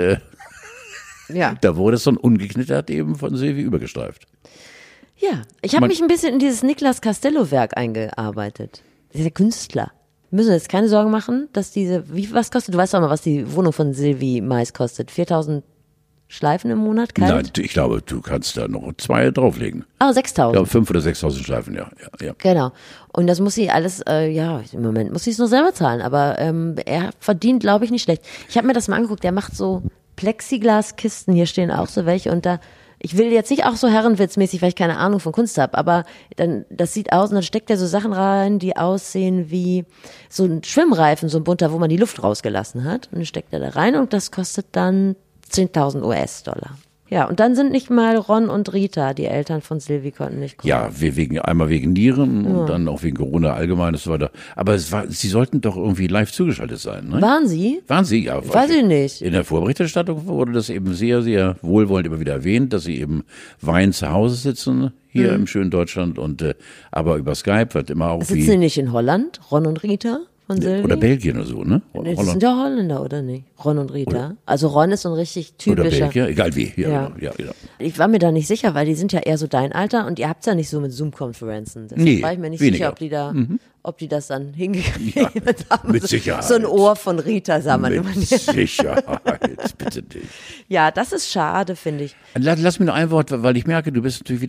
Ja. da wurde es dann ungeknittert eben von Silvi übergestreift. Ja, ich habe mich ein bisschen in dieses Niklas Castello-Werk eingearbeitet. Dieser Künstler. Wir müssen uns jetzt keine Sorgen machen, dass was kostet? Du weißt doch mal, was die Wohnung von Sylvie Mais kostet. 4.000 Schleifen im Monat, kalt? Nein, ich glaube, du kannst da noch 2 drauflegen. Ah, 6.000. Ja, 5.000 oder 6.000 Schleifen, ja. Genau. Und das muss sie alles, im Moment muss sie es nur selber zahlen, aber er verdient, glaube ich, nicht schlecht. Ich habe mir das mal angeguckt, der macht so Plexiglaskisten, hier stehen auch so welche und da, ich will jetzt nicht auch so herrenwitzmäßig, weil ich keine Ahnung von Kunst habe, aber dann, das sieht aus und dann steckt er so Sachen rein, die aussehen wie so ein Schwimmreifen, so ein bunter, wo man die Luft rausgelassen hat. Und dann steckt er da rein und das kostet dann 10.000 US-Dollar. Ja, und dann sind nicht mal Ron und Rita, die Eltern von Sylvie, konnten nicht kommen. Ja, einmal wegen Nieren und dann auch wegen Corona allgemein und so weiter. Aber sie sollten doch irgendwie live zugeschaltet sein, ne? Waren sie? Waren sie, ja. Weiß ich nicht. In der Vorberichterstattung wurde das eben sehr, sehr wohlwollend immer wieder erwähnt, dass sie eben Wein zu Hause sitzen, hier im schönen Deutschland und aber über Skype wird immer auch Sitzen sie nicht in Holland, Ron und Rita von Sylvie? oder Belgien oder so, ne? Nee, das sind ja Holländer, oder nicht? Ron und Rita. Also Ron ist so ein richtig Oder typischer. Belgier, egal wie. Ja. Ja. Ich war mir da nicht sicher, weil die sind ja eher so dein Alter und ihr habt's ja nicht so mit Zoom-Konferenzen. Deshalb Nee, war ich mir nicht weniger. sicher, ob die das dann hingekriegt Ja, haben. mit Sicherheit. So ein Ohr von Rita sah man immer Mit nicht. Sicherheit, bitte nicht. Ja, das ist schade, finde ich. Lass mir noch ein Wort, weil ich merke, du bist natürlich wieder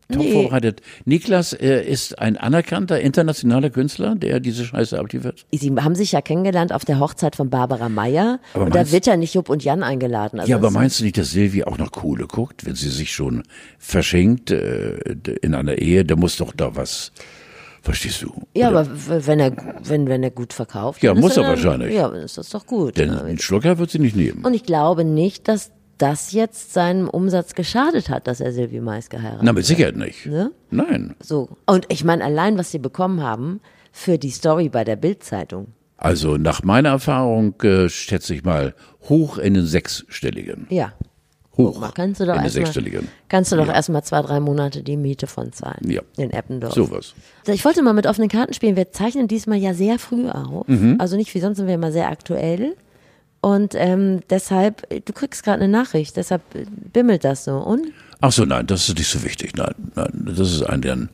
top Nee. vorbereitet. Niklas ist ein anerkannter internationaler Künstler, der diese Scheiße abliefert. Sie haben sich ja kennengelernt auf der Hochzeit von Barbara Meyer. Aber Und da meinst- wird ja nicht Jupp und Jan eingeladen. Also Ja, aber das- meinst du nicht, dass Silvi auch noch Kohle guckt, wenn sie sich schon verschenkt in einer Ehe? Da muss doch da was, verstehst du? Ja, Oder? aber wenn er gut verkauft. Ja, dann muss ist er er dann- wahrscheinlich. Ja, dann ist das doch gut. Denn einen Schlucker wird sie nicht nehmen. Und ich glaube nicht, dass das jetzt seinem Umsatz geschadet hat, dass er Sylvie Mais geheiratet Na, mit Sicherheit nicht. Ne? Nein. So. Und ich meine, allein, was sie bekommen haben für die Story bei der Bild-Zeitung. Also nach meiner Erfahrung schätze ich mal hoch in den sechsstelligen. Ja. Hoch Mal, kannst du doch in den erstmal sechsstelligen. erstmal 2-3 Monate die Miete von zahlen. Ja. In Eppendorf. Sowas. Ich wollte mal mit offenen Karten spielen. Wir zeichnen diesmal ja sehr früh auf. Mhm. Also nicht wie sonst, sind wir immer sehr aktuell. Und deshalb, du kriegst gerade eine Nachricht, deshalb bimmelt das so. Und? Ach so, nein, das ist nicht so wichtig. Nein, das ist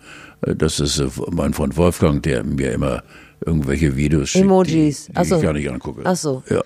mein Freund Wolfgang, der mir immer irgendwelche Videos schickt, Emojis. die Ach so. ich gar nicht angucke. Ach so. Ja.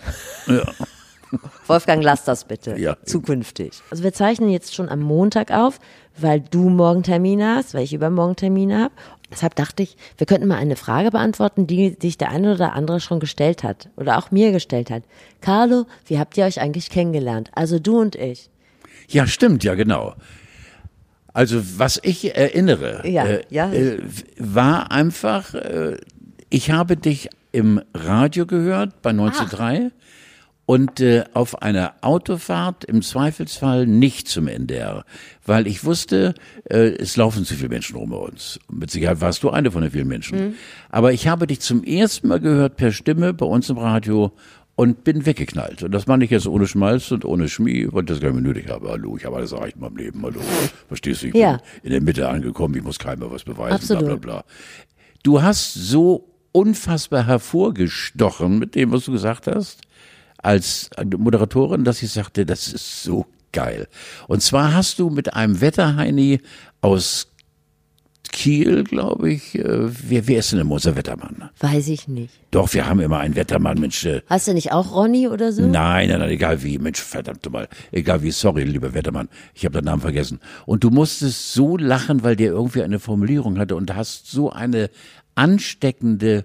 Wolfgang, lass das bitte. Ja. Zukünftig. Also wir zeichnen jetzt schon am Montag auf, weil du morgen Termine hast, weil ich übermorgen Termine habe. Deshalb dachte ich, wir könnten mal eine Frage beantworten, die sich der eine oder andere schon gestellt hat oder auch mir gestellt hat. Carlo, wie habt ihr euch eigentlich kennengelernt? Also du und ich. Ja, stimmt, ja, genau. Also, was ich erinnere, Ja. war einfach, ich habe dich im Radio gehört bei 19.3 und auf einer Autofahrt im Zweifelsfall nicht zum NDR, weil ich wusste, es laufen zu viele Menschen rum bei uns. Mit Sicherheit warst du eine von den vielen Menschen. Aber ich habe dich zum ersten Mal gehört per Stimme bei uns im Radio und bin weggeknallt. Und das meine ich jetzt ohne Schmalz und ohne Schmier, weil ich das gar nicht mehr nötig habe. Hallo, ich habe alles erreicht in meinem Leben. Hallo, verstehst du? Ich Ja. bin in der Mitte angekommen, ich muss keinem mehr was beweisen, Absolut. bla bla bla. Du hast so unfassbar hervorgestochen mit dem, was du gesagt hast, als Moderatorin, dass ich sagte, das ist so geil. Und zwar hast du mit einem Wetterheini aus Kiel, glaube ich, wer ist denn immer unser Wettermann? Weiß ich nicht. Doch, wir haben immer einen Wettermann, Mensch. Hast du nicht auch Ronny oder so? Nein, egal wie, Mensch, verdammt mal, egal wie, sorry, lieber Wettermann, ich habe den Namen vergessen. Und du musstest so lachen, weil der irgendwie eine Formulierung hatte und hast so eine ansteckende,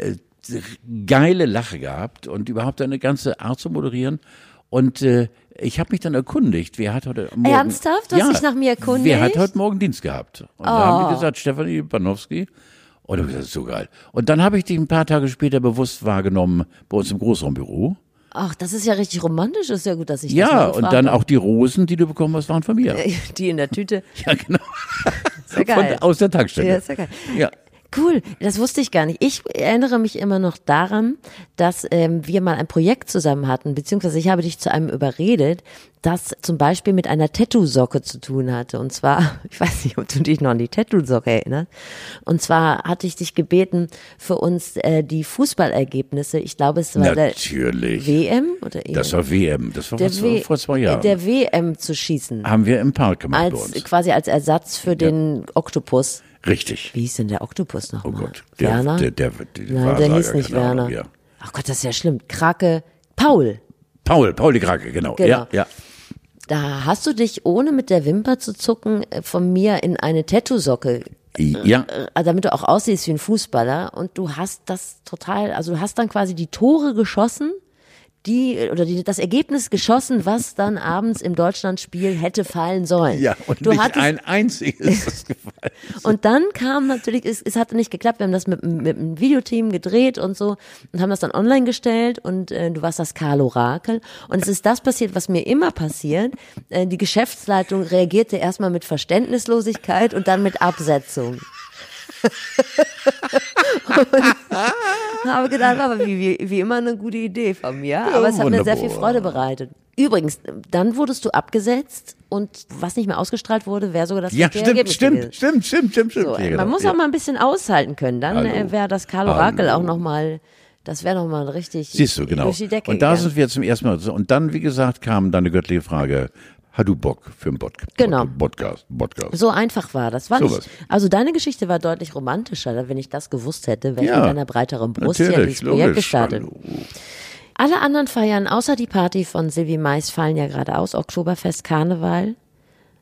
geile Lache gehabt und überhaupt eine ganze Art zu moderieren. Und ich habe mich dann erkundigt, wer hat heute Morgen... Ernsthaft? Du hast dich nach mir erkundigt? Wer hat heute Morgen Dienst gehabt? Und da haben die gesagt, Stefanie Banowski. Und ich habe gesagt, so geil. Und dann habe ich dich ein paar Tage später bewusst wahrgenommen bei uns im Großraumbüro. Ach, das ist ja richtig romantisch. Ist ja gut, dass ich das Ja, mal und gefragt dann habe. auch die Rosen, die du bekommen hast, waren von mir. Die in der Tüte. Ja, genau. Sehr geil. Aus der Tankstelle. Ja, ist ja geil. Ja. Cool, das wusste ich gar nicht. Ich erinnere mich immer noch daran, dass wir mal ein Projekt zusammen hatten, beziehungsweise ich habe dich zu einem überredet, das zum Beispiel mit einer Tattoo-Socke zu tun hatte. Und zwar, ich weiß nicht, ob du dich noch an die Tattoo-Socke erinnerst. Und zwar hatte ich dich gebeten, für uns die Fußballergebnisse, ich glaube es war Natürlich. der WM oder EM? Das war WM. Das war der vor 2 Jahren. Der WM zu schießen. Haben wir im Park gemacht bei Als uns. quasi als Ersatz für den Oktopus. Richtig. Wie hieß denn der Oktopus nochmal? Oh Gott. Werner? Der Nein, der Wahrsager, hieß nicht keine Ahnung, Werner. ja. Ach Gott, das ist ja schlimm. Krake, Paul. Paul die Krake, genau. Genau. Ja. Da hast du dich, ohne mit der Wimper zu zucken, von mir in eine Tattoo-Socke, Ja. damit du auch aussiehst wie ein Fußballer. Und du hast das total, also du hast dann quasi die Tore geschossen, das Ergebnis geschossen, was dann abends im Deutschlandspiel hätte fallen sollen. Ja, und du nicht hattest, ein einziges ist gefallen. Und dann kam natürlich, es hatte nicht geklappt, wir haben das mit einem Videoteam gedreht und so und haben das dann online gestellt und du warst das Karl-Orakel und es ist das passiert, was mir immer passiert. Die Geschäftsleitung reagierte erstmal mit Verständnislosigkeit und dann mit Absetzung. Und habe gedacht, aber wie immer eine gute Idee von mir, aber es hat mir sehr viel Freude bereitet. Übrigens, dann wurdest du abgesetzt und was nicht mehr ausgestrahlt wurde, wäre sogar das Ja, richtige Ergebnis gewesen. stimmt. So, Ja, man genau. muss auch mal ein bisschen aushalten können. Dann Hallo. wäre das Karl Orakel Hallo. auch nochmal, das wäre nochmal richtig Siehst du, genau. durch die Decke Und da gegangen. sind wir zum ersten Mal. Und dann, wie gesagt, kam deine göttliche Frage, hast du Bock für einen Genau. Podcast? So einfach war das. War Sowas. nicht, also deine Geschichte war deutlich romantischer. Wenn ich das gewusst hätte, wäre ich Ja, mit einer breiteren Brust hier in natürlich, dieses Projekt logisch. gestartet. Hallo. Alle anderen Feiern, außer die Party von Sylvie Mais, fallen ja gerade aus. Oktoberfest, Karneval.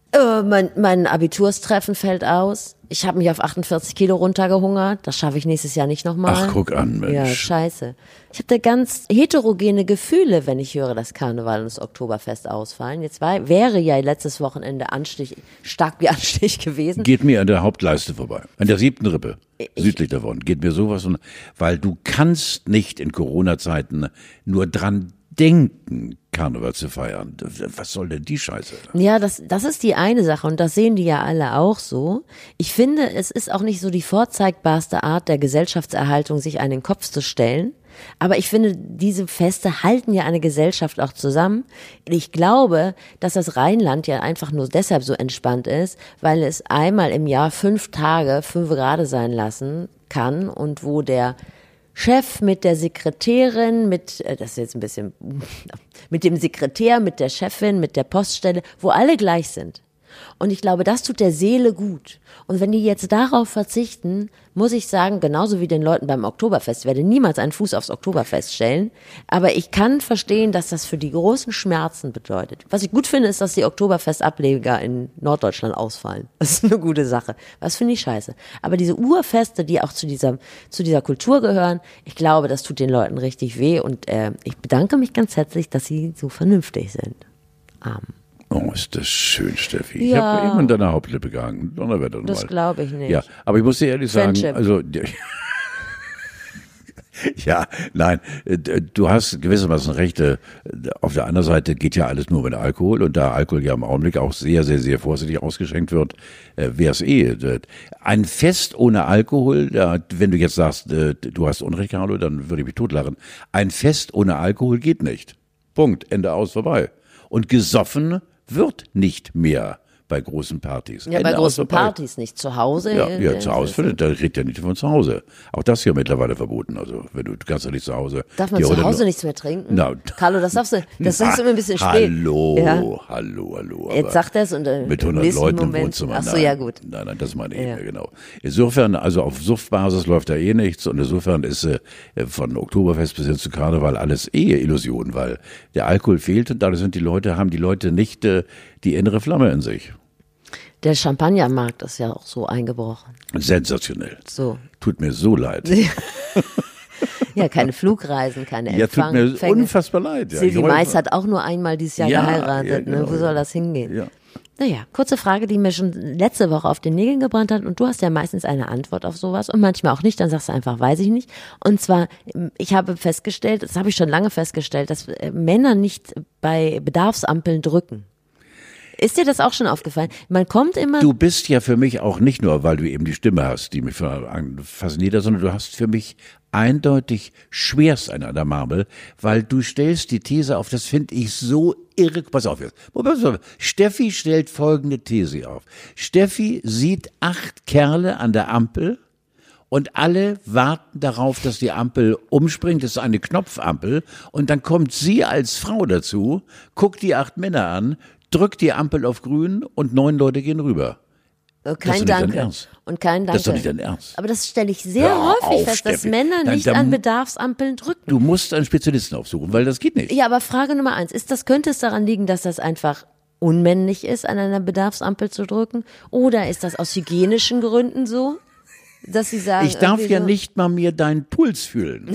Mein Abiturstreffen fällt aus. Ich habe mich auf 48 Kilo runtergehungert. Das schaffe ich nächstes Jahr nicht nochmal. Ach, guck an, Mensch. Ja, scheiße. Ich habe da ganz heterogene Gefühle, wenn ich höre, dass Karneval und das Oktoberfest ausfallen. Jetzt wäre ja letztes Wochenende stark wie Anstich gewesen. Geht mir an der Hauptleiste vorbei. An der 7. Rippe. Südlich davon. Geht mir sowas. Weil du kannst nicht in Corona-Zeiten nur dran denken, Karneval zu feiern. Was soll denn die Scheiße? Ja, das ist die eine Sache und das sehen die ja alle auch so. Ich finde, es ist auch nicht so die vorzeigbarste Art der Gesellschaftserhaltung, sich einen Kopf zu stellen. Aber ich finde, diese Feste halten ja eine Gesellschaft auch zusammen. Ich glaube, dass das Rheinland ja einfach nur deshalb so entspannt ist, weil es einmal im Jahr 5 Tage 5 Grad sein lassen kann und wo der Chef mit der Sekretärin, das ist jetzt ein bisschen, mit dem Sekretär, mit der Chefin, mit der Poststelle, wo alle gleich sind. Und ich glaube, das tut der Seele gut. Und wenn die jetzt darauf verzichten, muss ich sagen, genauso wie den Leuten beim Oktoberfest, ich werde niemals einen Fuß aufs Oktoberfest stellen, aber ich kann verstehen, dass das für die großen Schmerzen bedeutet. Was ich gut finde, ist, dass die Oktoberfestableger in Norddeutschland ausfallen. Das ist eine gute Sache. Was finde ich scheiße. Aber diese Urfeste, die auch zu dieser Kultur gehören, ich glaube, das tut den Leuten richtig weh und ich bedanke mich ganz herzlich, dass sie so vernünftig sind. Oh, ist das schön, Steffi. Ja. Ich habe eben in deiner Hauptlippe gehangen. Das glaube ich nicht. Ja, aber ich muss dir ehrlich sagen, Friendship. also ja, nein, du hast gewissermaßen recht. Auf der anderen Seite geht ja alles nur mit Alkohol und da Alkohol ja im Augenblick auch sehr, sehr, sehr vorsichtig ausgeschenkt wird, wäre es ein Fest ohne Alkohol, wenn du jetzt sagst, du hast Unrecht, Carlo, dann würde ich mich totlachen. Ein Fest ohne Alkohol geht nicht. Punkt, Ende aus, vorbei. Und gesoffen wird nicht mehr bei großen Partys. Ja, bei großen Partys nicht. Zu Hause? Ja, zu Hause, da redet ja nicht von zu Hause. Auch das ist ja mittlerweile verboten. Also, du kannst ja nicht zu Hause. Darf man zu Hause nichts mehr trinken? Na, Carlo, das sagst du immer ein bisschen spät. Hallo. Jetzt sagt er es und mit 100 Leuten im Wohnzimmer. Ach so, ja gut. Nein, das meine ich nicht mehr, genau. Insofern, also auf Suftbasis läuft da eh nichts und insofern ist von Oktoberfest bis hin zu Karneval alles Illusion, weil der Alkohol fehlt und dadurch haben die Leute nicht die innere Flamme in sich. Der Champagnermarkt ist ja auch so eingebrochen. Sensationell. So. Tut mir so leid. Ja, keine Flugreisen, keine Empfang. Ja, tut mir unfassbar leid. Ja. Sylvie Mais hat auch nur einmal dieses Jahr geheiratet. Ja, genau, Wo soll das hingehen? Ja. Naja, kurze Frage, die mir schon letzte Woche auf den Nägeln gebrannt hat und du hast ja meistens eine Antwort auf sowas und manchmal auch nicht, dann sagst du einfach, weiß ich nicht. Und zwar, ich habe festgestellt, das habe ich schon lange festgestellt, dass Männer nicht bei Bedarfsampeln drücken. Ist dir das auch schon aufgefallen? Man kommt immer... Du bist ja für mich auch nicht nur, weil du eben die Stimme hast, die mich fasziniert, sondern du hast für mich eindeutig schwerst an der Marmel, weil du stellst die These auf, das finde ich so irre. Pass auf jetzt. Steffi stellt folgende These auf. Steffi sieht 8 Kerle an der Ampel und alle warten darauf, dass die Ampel umspringt. Das ist eine Knopfampel. Und dann kommt sie als Frau dazu, guckt die 8 Männer an, drückt die Ampel auf grün und 9 Leute gehen rüber. Kein Danke. Und kein Danke. Das ist doch nicht dein Ernst. Aber das stelle ich sehr häufig fest, dass Männer nicht an Bedarfsampeln drücken. Du musst einen Spezialisten aufsuchen, weil das geht nicht. Ja, aber Frage Nummer 1. Könnte es daran liegen, dass das einfach unmännlich ist, an einer Bedarfsampel zu drücken? Oder ist das aus hygienischen Gründen so, dass sie sagen... Ich darf ja nicht mal mehr deinen Puls fühlen.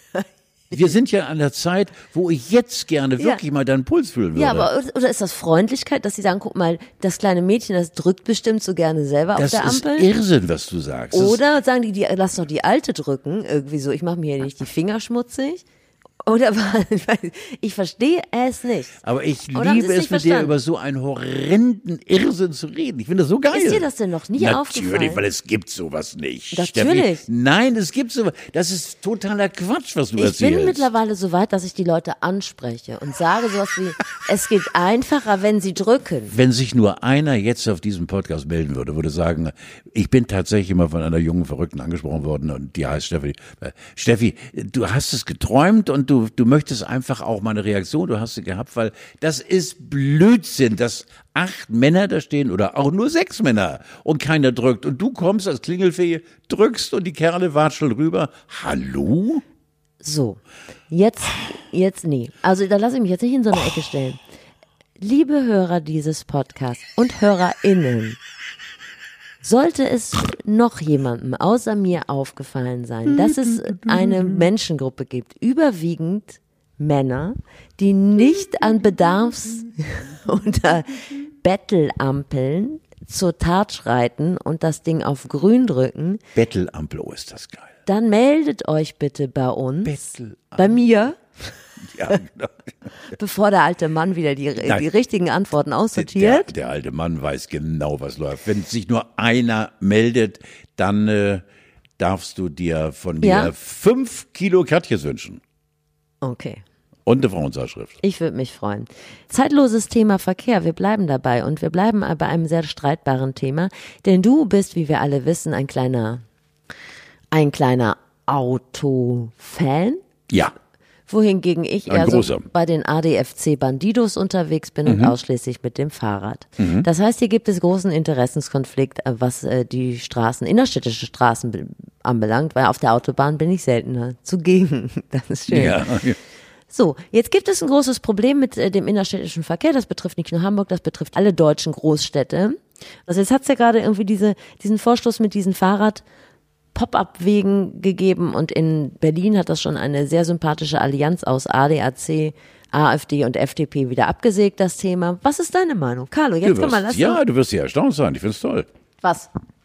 Wir sind ja an der Zeit, wo ich jetzt gerne wirklich mal deinen Puls fühlen würde. Ja, aber oder ist das Freundlichkeit, dass sie sagen, guck mal, das kleine Mädchen, das drückt bestimmt so gerne selber auf der Ampel? Das ist Irrsinn, was du sagst. Oder sagen die, lass doch die Alte drücken, irgendwie so, ich mache mir hier nicht die Finger schmutzig. Oder ich verstehe es nicht. Aber ich liebe es, mit dir über so einen horrenden Irrsinn zu reden. Ich finde das so geil. Ist dir das denn noch nie aufgefallen? Natürlich, weil es gibt sowas nicht. Natürlich. Steffi. Nein, es gibt sowas. Das ist totaler Quatsch, was du erzählst. Ich bin mittlerweile so weit, dass ich die Leute anspreche und sage sowas wie, es geht einfacher, wenn sie drücken. Wenn sich nur einer jetzt auf diesem Podcast melden würde sagen, ich bin tatsächlich mal von einer jungen Verrückten angesprochen worden und die heißt Steffi. Steffi, du hast es geträumt und du möchtest einfach auch mal eine Reaktion, du hast sie gehabt, weil das ist Blödsinn, dass 8 Männer da stehen oder auch nur 6 Männer und keiner drückt und du kommst als Klingelfee, drückst und die Kerle watscheln rüber. Hallo? So, jetzt nee. Also da lasse ich mich jetzt nicht in so eine Ecke stellen. liebe Hörer dieses Podcasts und HörerInnen, sollte es noch jemandem außer mir aufgefallen sein, dass es eine Menschengruppe gibt, überwiegend Männer, die nicht an unter Bettelampeln zur Tat schreiten und das Ding auf grün drücken. Bettelampel, oh, ist das geil. Dann meldet euch bitte bei uns, bei mir, Ja, genau. bevor der alte Mann wieder die richtigen Antworten aussortiert. Der alte Mann weiß genau, was läuft. Wenn sich nur einer meldet, dann darfst du dir von mir 5 Kilo Katjes wünschen. Okay. Und eine Frauenzeitschrift. Ich würde mich freuen. Zeitloses Thema Verkehr, wir bleiben dabei und wir bleiben bei einem sehr streitbaren Thema, denn du bist, wie wir alle wissen, ein kleiner Autofan. Ja. Wohingegen ich eher so bei den ADFC Bandidos unterwegs bin und ausschließlich mit dem Fahrrad. Das heißt, hier gibt es großen Interessenskonflikt, was die innerstädtische Straßen anbelangt, weil auf der Autobahn bin ich seltener zugegen. Das ist schön. Ja. So, jetzt gibt es ein großes Problem mit dem innerstädtischen Verkehr. Das betrifft nicht nur Hamburg, das betrifft alle deutschen Großstädte. Also jetzt hat es ja gerade irgendwie diesen Vorstoß mit diesen Pop-up-Wegen gegeben und in Berlin hat das schon eine sehr sympathische Allianz aus ADAC, AfD und FDP wieder abgesägt, das Thema. Was ist deine Meinung? Carlo, jetzt komm mal, lass Ja, du wirst ja erstaunt sein, ich find's toll. Was?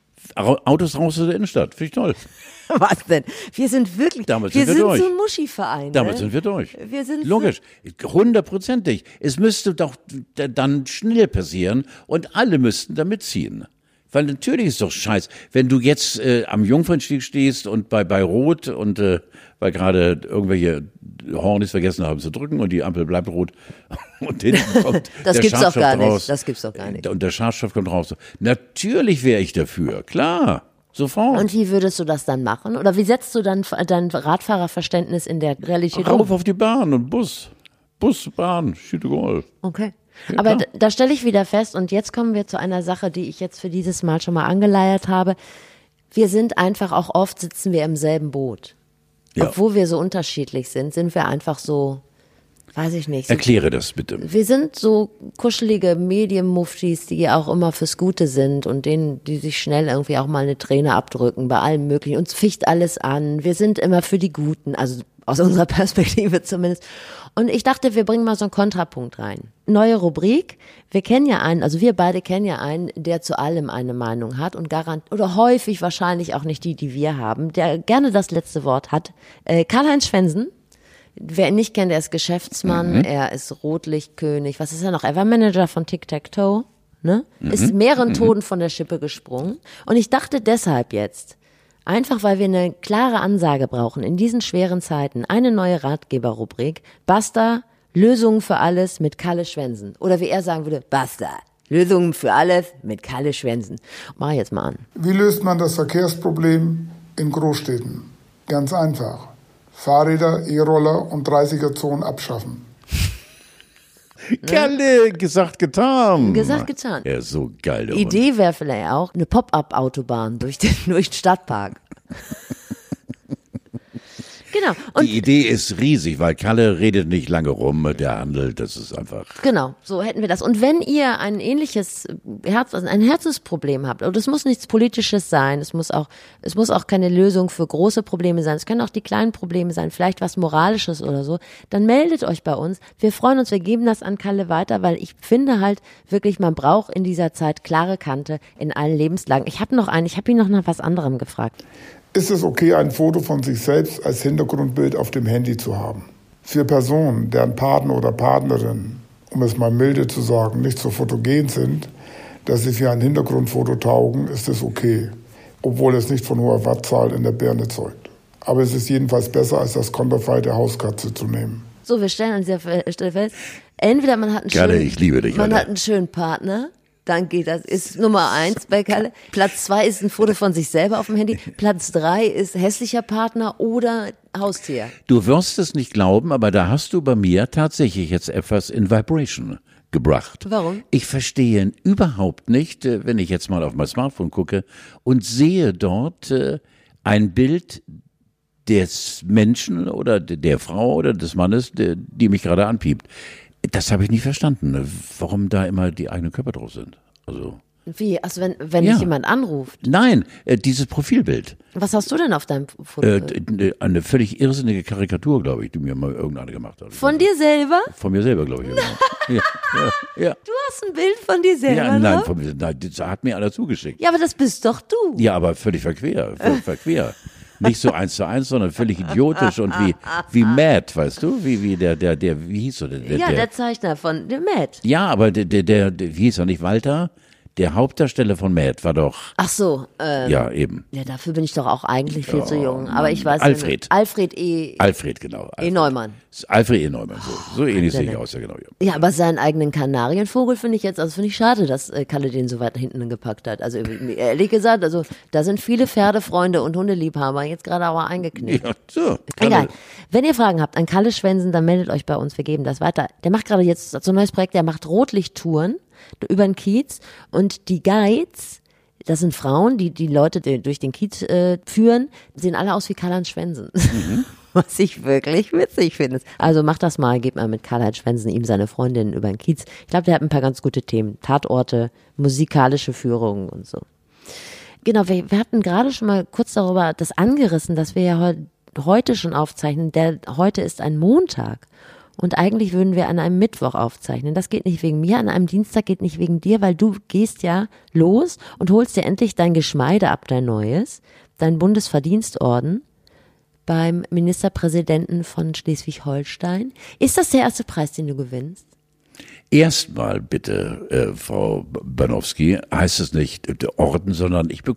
Autos raus aus der Innenstadt, finde ich toll. Was denn? Wir sind wirklich, Damit wir sind sind wir durch. so ein Muschi-Verein. Damit sind wir durch. Wir sind logisch, 100%. Es müsste doch dann schnell passieren und alle müssten da mitziehen. Weil natürlich ist doch scheiß, wenn du jetzt am Jungfernstieg stehst und bei Rot und weil gerade irgendwelche Hornis vergessen haben zu drücken und die Ampel bleibt rot und hinten kommt das der gibt's doch gar raus. nicht. Das gibt's doch gar nicht. Und der Schadstoff kommt raus. Natürlich wäre ich dafür, klar, sofort. Und wie würdest du das dann machen? Oder wie setzt du dann dein Radfahrerverständnis in der Realität Rauf auf die Bahn und Bus, Bahn, Schüttegol. Okay. Ja, aber klar. da stelle ich wieder fest, und jetzt kommen wir zu einer Sache, die ich jetzt für dieses Mal schon mal angeleiert habe. Wir sind einfach, auch oft sitzen wir im selben Boot. Ja. Obwohl wir so unterschiedlich sind wir einfach so, weiß ich nicht. So, Erkläre das bitte. wir sind so kuschelige Medienmuftis, die auch immer fürs Gute sind und denen, die sich schnell irgendwie auch mal eine Träne abdrücken bei allem Möglichen. Uns ficht alles an. Wir sind immer für die Guten, also aus unserer Perspektive zumindest. Und ich dachte, wir bringen mal so einen Kontrapunkt rein. Neue Rubrik. Wir beide kennen ja einen, der zu allem eine Meinung hat und oder häufig wahrscheinlich auch nicht die wir haben, der gerne das letzte Wort hat. Karl-Heinz Schwensen. Wer ihn nicht kennt, er ist Geschäftsmann, er ist Rotlichtkönig. Was ist er noch? Er war Manager von Tic-Tac-Toe, ne? Ist mehreren Toten von der Schippe gesprungen. Und ich dachte deshalb jetzt, einfach weil wir eine klare Ansage brauchen in diesen schweren Zeiten, eine neue Ratgeberrubrik, Basta, Lösungen für alles mit Kalle Schwensen. Oder wie er sagen würde, Basta, Lösungen für alles mit Kalle Schwensen. Mach ich jetzt mal an. Wie löst man das Verkehrsproblem in Großstädten? Ganz einfach. Fahrräder, E-Roller und 30er-Zonen abschaffen. Kalle, gesagt, getan. Gesagt, getan. Ja, so geil. Der Idee wäre vielleicht auch eine Pop-up-Autobahn durch den Stadtpark. Genau. Und die Idee ist riesig, weil Kalle redet nicht lange rum, der handelt, das ist einfach. Genau, so hätten wir das. Und wenn ihr ein ähnliches ein Herzensproblem habt, und es muss nichts Politisches sein, es muss auch keine Lösung für große Probleme sein, es können auch die kleinen Probleme sein, vielleicht was Moralisches oder so, dann meldet euch bei uns. Wir freuen uns, wir geben das an Kalle weiter, weil ich finde halt wirklich, man braucht in dieser Zeit klare Kante in allen Lebenslagen. Ich habe ihn noch nach was anderem gefragt. Ist es okay, ein Foto von sich selbst als Hintergrundbild auf dem Handy zu haben? Für Personen, deren Partner oder Partnerin, um es mal milde zu sagen, nicht so fotogen sind, dass sie für ein Hintergrundfoto taugen, ist es okay, obwohl es nicht von hoher Wattzahl in der Birne zeugt. Aber es ist jedenfalls besser, als das Konterfei der Hauskatze zu nehmen. So, wir stellen an dieser Stelle fest, entweder man hat einen schönen Partner, dann geht das, ist Nummer 1 bei Kalle. Platz 2 ist ein Foto von sich selber auf dem Handy. Platz 3 ist hässlicher Partner oder Haustier. Du wirst es nicht glauben, aber da hast du bei mir tatsächlich jetzt etwas in Vibration gebracht. Warum? Ich verstehe ihn überhaupt nicht, wenn ich jetzt mal auf mein Smartphone gucke und sehe dort ein Bild des Menschen oder der Frau oder des Mannes, die mich gerade anpiept. Das habe ich nie verstanden, ne? Warum da immer die eigenen Körper drauf sind. Also Wie? Also wenn dich jemand anruft. nein, dieses Profilbild. Was hast du denn auf deinem Foto? Eine völlig irrsinnige Karikatur, glaube ich, die mir mal irgendeiner gemacht hat. Von dir selber? Von mir selber, glaube ich. Ja, ja. Du hast ein Bild von dir selber Ja, nein, drauf? nein, das hat mir einer zugeschickt. Ja, aber das bist doch du. Ja, aber völlig verquer. Nicht so 1:1, sondern völlig idiotisch und wie Mad, weißt du? Wie wie hieß er denn? Der Zeichner von dem Matt. Ja, aber der, wie hieß er nicht, Walter? Der Hauptdarsteller von Mad war doch, Ach so, ja, eben. ja, dafür bin ich doch auch eigentlich viel zu jung. Aber ich weiß Alfred. Alfred Genau. E. Neumann. Alfred E. Neumann, so ähnlich sehe ich nett. aus, ja genau. Ja. Ja, aber seinen eigenen Kanarienvogel finde ich schade, dass Kalle den so weit hinten gepackt hat. Also ehrlich gesagt, also da sind viele Pferdefreunde und Hundeliebhaber jetzt gerade aber eingeknickt. Ja, so. Egal. Wenn ihr Fragen habt an Kalle Schwensen, dann meldet euch bei uns, wir geben das weiter. Der macht gerade jetzt so ein neues Projekt, der macht Rotlichttouren über den Kiez und die Guides, das sind Frauen, die Leute durch den Kiez führen, sehen alle aus wie Karl-Heinz Schwensen. Was ich wirklich witzig finde. Also macht das mal, gebt mal mit Karl-Heinz Schwensen ihm seine Freundin über den Kiez. Ich glaube, der hat ein paar ganz gute Themen. Tatorte, musikalische Führungen und so. Genau, wir hatten gerade schon mal kurz darüber das angerissen, dass wir ja heute schon aufzeichnen. Heute ist ein Montag. Und eigentlich würden wir an einem Mittwoch aufzeichnen. Das geht nicht wegen mir, an einem Dienstag geht nicht wegen dir, weil du gehst ja los und holst dir endlich dein Geschmeide ab, dein neues, dein Bundesverdienstorden beim Ministerpräsidenten von Schleswig-Holstein. Ist das der erste Preis, den du gewinnst? Erstmal bitte, Frau Banowski, heißt es nicht Orden, sondern ich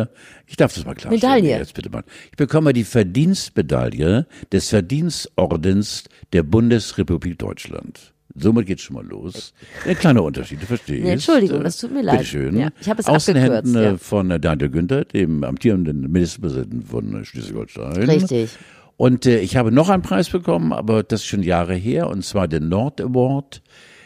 darf das mal klarstellen. Medaille. Jetzt bitte mal. Ich bekomme die Verdienstmedaille des Verdienstordens der Bundesrepublik Deutschland. Somit geht's schon mal los. Ein kleiner Unterschied, du verstehst. Nee, Entschuldigung, das tut mir leid. Bitteschön. Ja, ich habe es Aus den abgekürzt. Händen Ja. von Daniel Günther, dem amtierenden Ministerpräsidenten von Schleswig-Holstein. Richtig. Und ich habe noch einen Preis bekommen, aber das ist schon Jahre her, und zwar den Nord Award.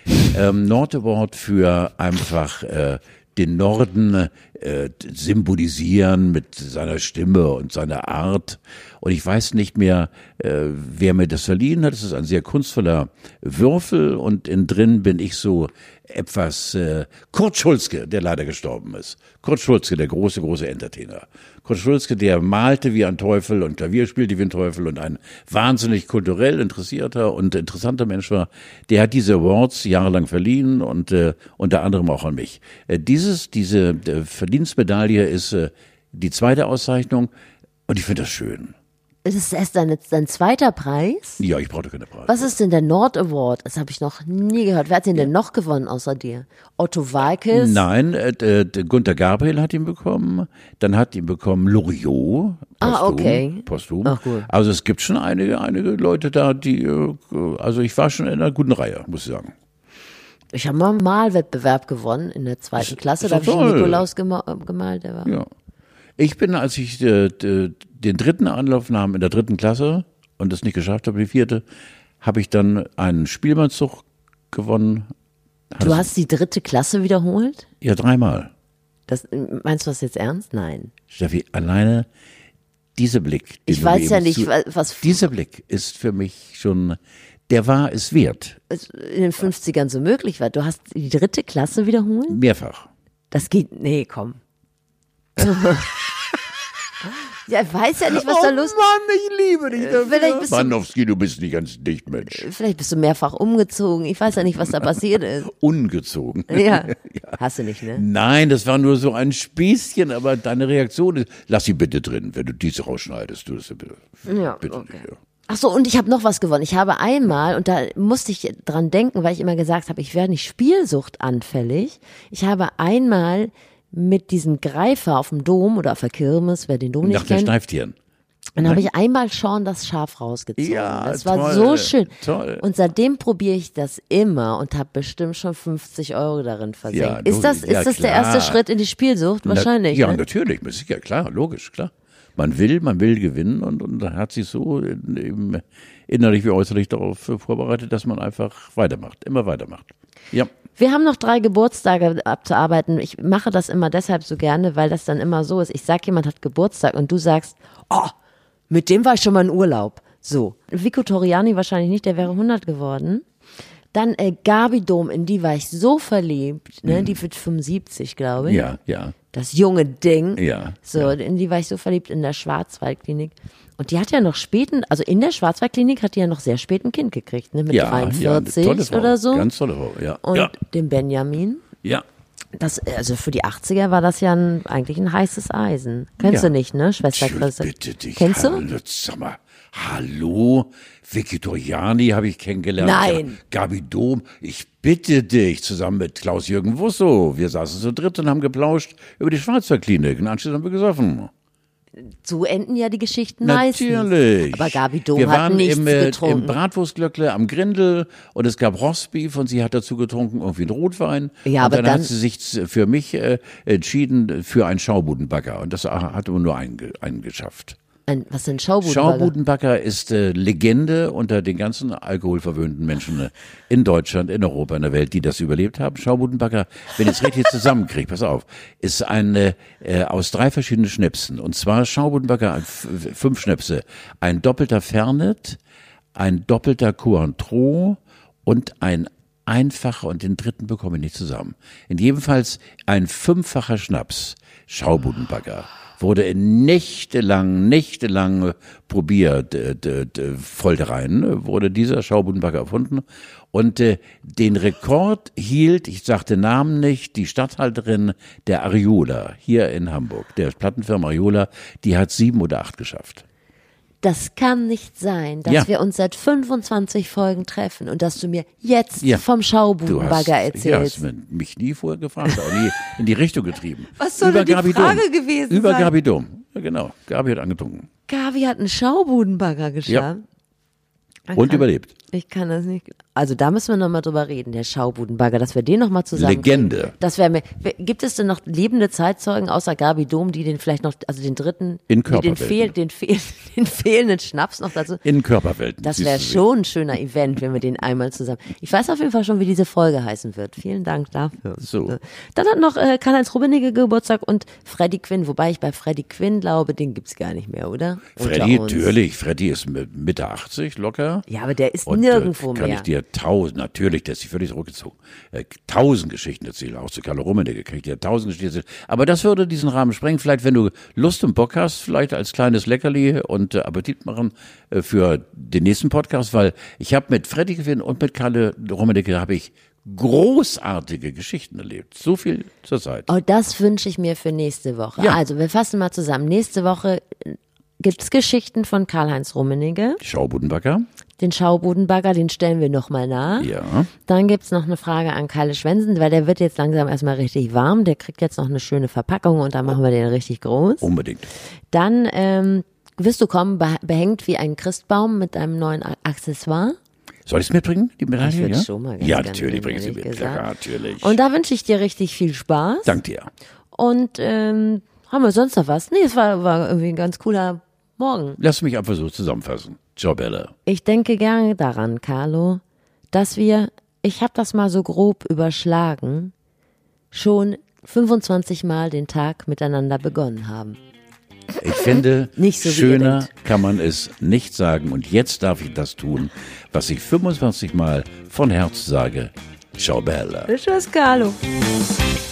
Nord Award für einfach den Norden symbolisieren mit seiner Stimme und seiner Art. Und ich weiß nicht mehr, wer mir das verliehen hat. Es ist ein sehr kunstvoller Würfel und innen drin bin ich so etwas Kurt Schulzke, der leider gestorben ist. Kurt Schulzke, der große Entertainer. Kurt Schulzke, der malte wie ein Teufel und Klavier spielte wie ein Teufel und ein wahnsinnig kulturell interessierter und interessanter Mensch war. Der hat diese Awards jahrelang verliehen und unter anderem auch an mich. Diese Verdienstmedaille ist die zweite Auszeichnung und ich finde das schön. Ist es erst dein zweiter Preis? Ja, ich brauchte keine Preise. Was ist denn der Nord Award? Das habe ich noch nie gehört. Wer hat den denn noch gewonnen außer dir? Otto Walkes? Nein, Günter Gabriel hat ihn bekommen. Dann hat ihn bekommen Loriot. Okay. Posthum. Ach, cool. Also es gibt schon einige Leute da, die, also ich war schon in einer guten Reihe, muss ich sagen. Ich habe mal einen Malwettbewerb gewonnen in der zweiten Klasse. Da habe ich einen Nikolaus gemalt. Der war. Ja. Ich bin, als ich den dritten Anlauf nahm in der 3. Klasse und das nicht geschafft habe, die 4., habe ich dann einen Spielmannszug gewonnen. Du hast die 3. Klasse wiederholt? Ja, 3-mal. Meinst du das jetzt ernst? Nein. Steffi, alleine dieser Blick. Ich weiß ja nicht, was Dieser Blick ist für mich schon, der war es wert. in den 50ern so möglich war. Du hast die 3. Klasse wiederholt? Mehrfach. Das geht, nee, komm. Ja, ich weiß ja nicht, was da los ist. Mann, ich liebe dich Vielleicht bist, Banowski, du bist nicht ganz dicht, Mensch. vielleicht bist du mehrfach umgezogen. Ich weiß ja nicht, was da passiert ist. Ungezogen. Ja. Hast du nicht, ne? Nein, das war nur so ein Spießchen, aber deine Reaktion ist, lass sie bitte drin, wenn du diese rausschneidest. Du das bitte. Ja, Bitte okay. nicht, ja. Ach so, und ich habe noch was gewonnen. Ich habe einmal, und da musste ich dran denken, weil ich immer gesagt habe, ich werde nicht spielsuchtanfällig. Ich habe einmal mit diesem Greifer auf dem Dom oder auf der Kirmes, wer den Dom nicht Nach den kennt, Schneiftieren. dann habe ich einmal schon das Schaf rausgezogen. Ja, das war toll, so schön. toll. Und seitdem probiere ich das immer und habe bestimmt schon 50 € darin versenkt. Ja, ist das ja, der klar. erste Schritt in die Spielsucht? Wahrscheinlich. Ja, ne? natürlich, sicher, klar, logisch, klar. Man will gewinnen und hat sich so eben innerlich wie äußerlich darauf vorbereitet, dass man einfach weitermacht, immer weitermacht. Ja. Wir haben noch 3 Geburtstage abzuarbeiten. Ich mache das immer deshalb so gerne, weil das dann immer so ist. Ich sag, jemand hat Geburtstag und du sagst, oh, mit dem war ich schon mal in Urlaub. So. Vico Toriani wahrscheinlich nicht, der wäre 100 geworden. Dann Gabi Dom, in die war ich so verliebt, ne? Die wird 75, glaube ich. Ja, ja. Das junge Ding. Ja. So, ja. in die war ich so verliebt in der Schwarzwaldklinik. Und die hat ja noch also in der Schwarzwaldklinik hat die ja noch sehr spät ein Kind gekriegt, ne? Mit 43 tolle Frau, oder so. Ganz tolle Frau, ja. Und ja. dem Benjamin. Ja. Also für die 80er war das ja eigentlich ein heißes Eisen. Kennst du nicht, ne? Schwester Christa. Bitte dich. Kennst du? Sag mal, hallo? Vicky Doriani habe ich kennengelernt. Nein. Gabi Dom, ich bitte dich, zusammen mit Klaus-Jürgen Wusso. Wir saßen zu dritt und haben geplauscht über die Schwarzwaldklinik. Und anschließend haben wir gesoffen. So enden ja die Geschichten meistens. Natürlich. Aber Gabi Dom wir hat nichts getrunken. Wir waren im Bratwurstglöckle am Grindel und es gab Rostbeef und sie hat dazu getrunken irgendwie einen Rotwein. Ja, und aber dann hat sie sich für mich entschieden für einen Schaubudenbagger und das hat aber nur einen geschafft. Was sind Schaubudenbagger? Schaubudenbagger ist Legende unter den ganzen alkoholverwöhnten Menschen in Deutschland, in Europa, in der Welt, die das überlebt haben. Schaubudenbagger, wenn ich es richtig zusammenkriege, pass auf, ist aus 3 verschiedenen Schnäpsen. Und zwar Schaubudenbagger, 5 Schnäpse. Ein doppelter Fernet, ein doppelter Cointreau und ein einfacher, und den dritten bekomme ich nicht zusammen. In jedem Fall ein 5-facher Schnaps, Schaubudenbagger. Wurde nächtelang probiert, Foltereien, wurde dieser Schaubudenbagger erfunden. Und den Rekord hielt, ich sag den Namen nicht, die Statthalterin der Ariola hier in Hamburg, der Plattenfirma Ariola, die hat 7 oder 8 geschafft. Das kann nicht sein, dass wir uns seit 25 Folgen treffen und dass du mir jetzt vom Schaubudenbagger erzählst. Du hast mich nie vorher gefragt, auch nie in die Richtung getrieben. Was soll denn die Frage gewesen sein? Über Gabi Dom, ja, genau. Gabi hat angetrunken. Gabi hat einen Schaubudenbagger geschafft. Ja. Und überlebt. Ich kann das nicht. Also da müssen wir nochmal drüber reden, der Schaubudenbagger, dass wir den nochmal zusammen. Legende. Das wäre mir. Gibt es denn noch lebende Zeitzeugen außer Gabi Dom, die den vielleicht noch, also den dritten, in Körperwelten. Den fehlenden Schnaps noch dazu? In Körperwelten. Das wäre schon ein schöner Event, wenn wir den einmal zusammen. Ich weiß auf jeden Fall schon, wie diese Folge heißen wird. Vielen Dank dafür. So. Dann hat noch Karl-Heinz Rummenigge Geburtstag und Freddie Quinn, wobei ich bei Freddie Quinn glaube, den gibt's gar nicht mehr, oder? Freddie, natürlich. Freddie ist Mitte 80 locker. Ja, aber der ist und, nirgendwo kann mehr. Ich dir natürlich, der ist sich völlig zurückgezogen. 1000 Geschichten erzählen, auch zu Karl Rummenigge kann ich dir 1000 Geschichten erzählen. Aber das würde diesen Rahmen sprengen. Vielleicht, wenn du Lust und Bock hast, vielleicht als kleines Leckerli und Appetit machen für den nächsten Podcast, weil ich habe mit Freddie Quinn und mit Karl Rummenigge habe ich großartige Geschichten erlebt. So viel zur Zeit. Oh, das wünsche ich mir für nächste Woche. Ja. Also, wir fassen mal zusammen. Nächste Woche gibt's Geschichten von Karl-Heinz Rummenigge. Schaubudenbagger. Den Schaubudenbagger, den stellen wir nochmal nach. Ja. Dann gibt's noch eine Frage an Kalle Schwensen, weil der wird jetzt langsam erstmal richtig warm. Der kriegt jetzt noch eine schöne Verpackung und dann machen wir den richtig groß. Unbedingt. Dann wirst du kommen, behängt wie ein Christbaum mit einem neuen Accessoire. Soll ich es mitbringen, die Medaille? Ich würde schon mal ganz ja, gerne natürlich bringe ich sie mit. Ja, natürlich. Und da wünsche ich dir richtig viel Spaß. Dank dir. Und haben wir sonst noch was? Nee, es war irgendwie ein ganz cooler Morgen. Lass mich einfach so zusammenfassen. Ciao, Bella. Ich denke gerne daran, Carlo, dass ich habe das mal so grob überschlagen, schon 25 Mal den Tag miteinander begonnen haben. Ich finde, nicht so schöner kann man es nicht sagen. Und jetzt darf ich das tun, was ich 25 Mal von Herz sage. Ciao, Bella. Tschüss, Carlo.